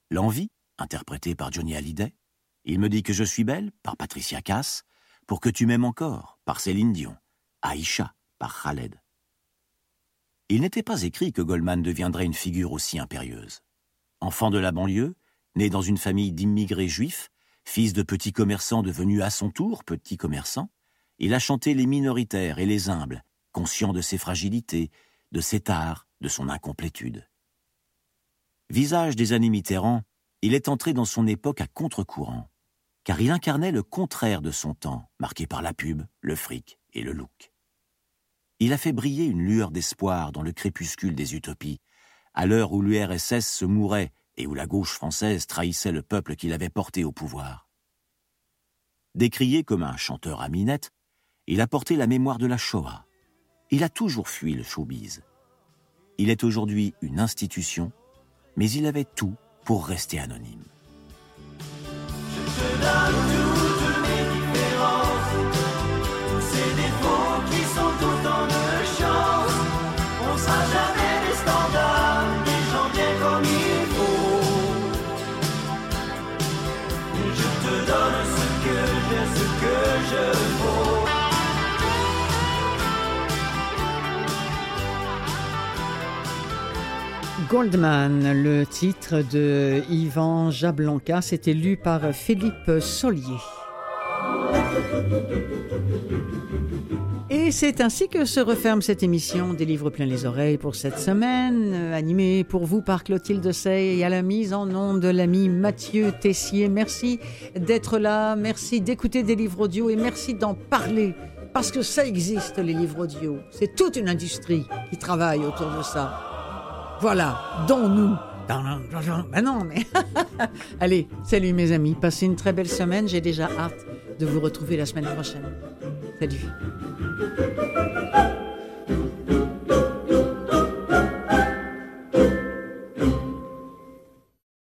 L'envie, interprétée par Johnny Hallyday. Il me dit que je suis belle, par Patricia Cass. Pour que tu m'aimes encore, par Céline Dion. Aïcha, par Khaled. Il n'était pas écrit que Goldman deviendrait une figure aussi impérieuse. Enfant de la banlieue, né dans une famille d'immigrés juifs, fils de petits commerçants devenus à son tour petits commerçants, il a chanté les minoritaires et les humbles, conscient de ses fragilités, de ses tares, de son incomplétude. Visage des années Mitterrand, il est entré dans son époque à contre-courant, car il incarnait le contraire de son temps, marqué par la pub, le fric et le look. Il a fait briller une lueur d'espoir dans le crépuscule des utopies, à l'heure où l'URSS se mourait et où la gauche française trahissait le peuple qu'il avait porté au pouvoir. Décrié comme un chanteur à minette, il a porté la mémoire de la Shoah. Il a toujours fui le showbiz. Il est aujourd'hui une institution, mais il avait tout pour rester anonyme. Je te donne toutes mes différences, tous ces défauts qui sont autant de chance. On sera jamais des standards, des gens bien comme il faut. Et je te donne ce que j'ai, ce que je vaux. Goldman, le titre de Ivan Jablanka, c'était lu par Philippe Solier. Et c'est ainsi que se referme cette émission des livres plein les oreilles pour cette semaine, animée pour vous par Clotilde Sey et à la mise en onde de l'ami Mathieu Tessier. Merci d'être là, merci d'écouter des livres audio et merci d'en parler, parce que ça existe, les livres audio. C'est toute une industrie qui travaille autour de ça. Voilà, dont nous. Ben non, mais... Allez, salut mes amis, passez une très belle semaine. J'ai déjà hâte de vous retrouver la semaine prochaine. Salut.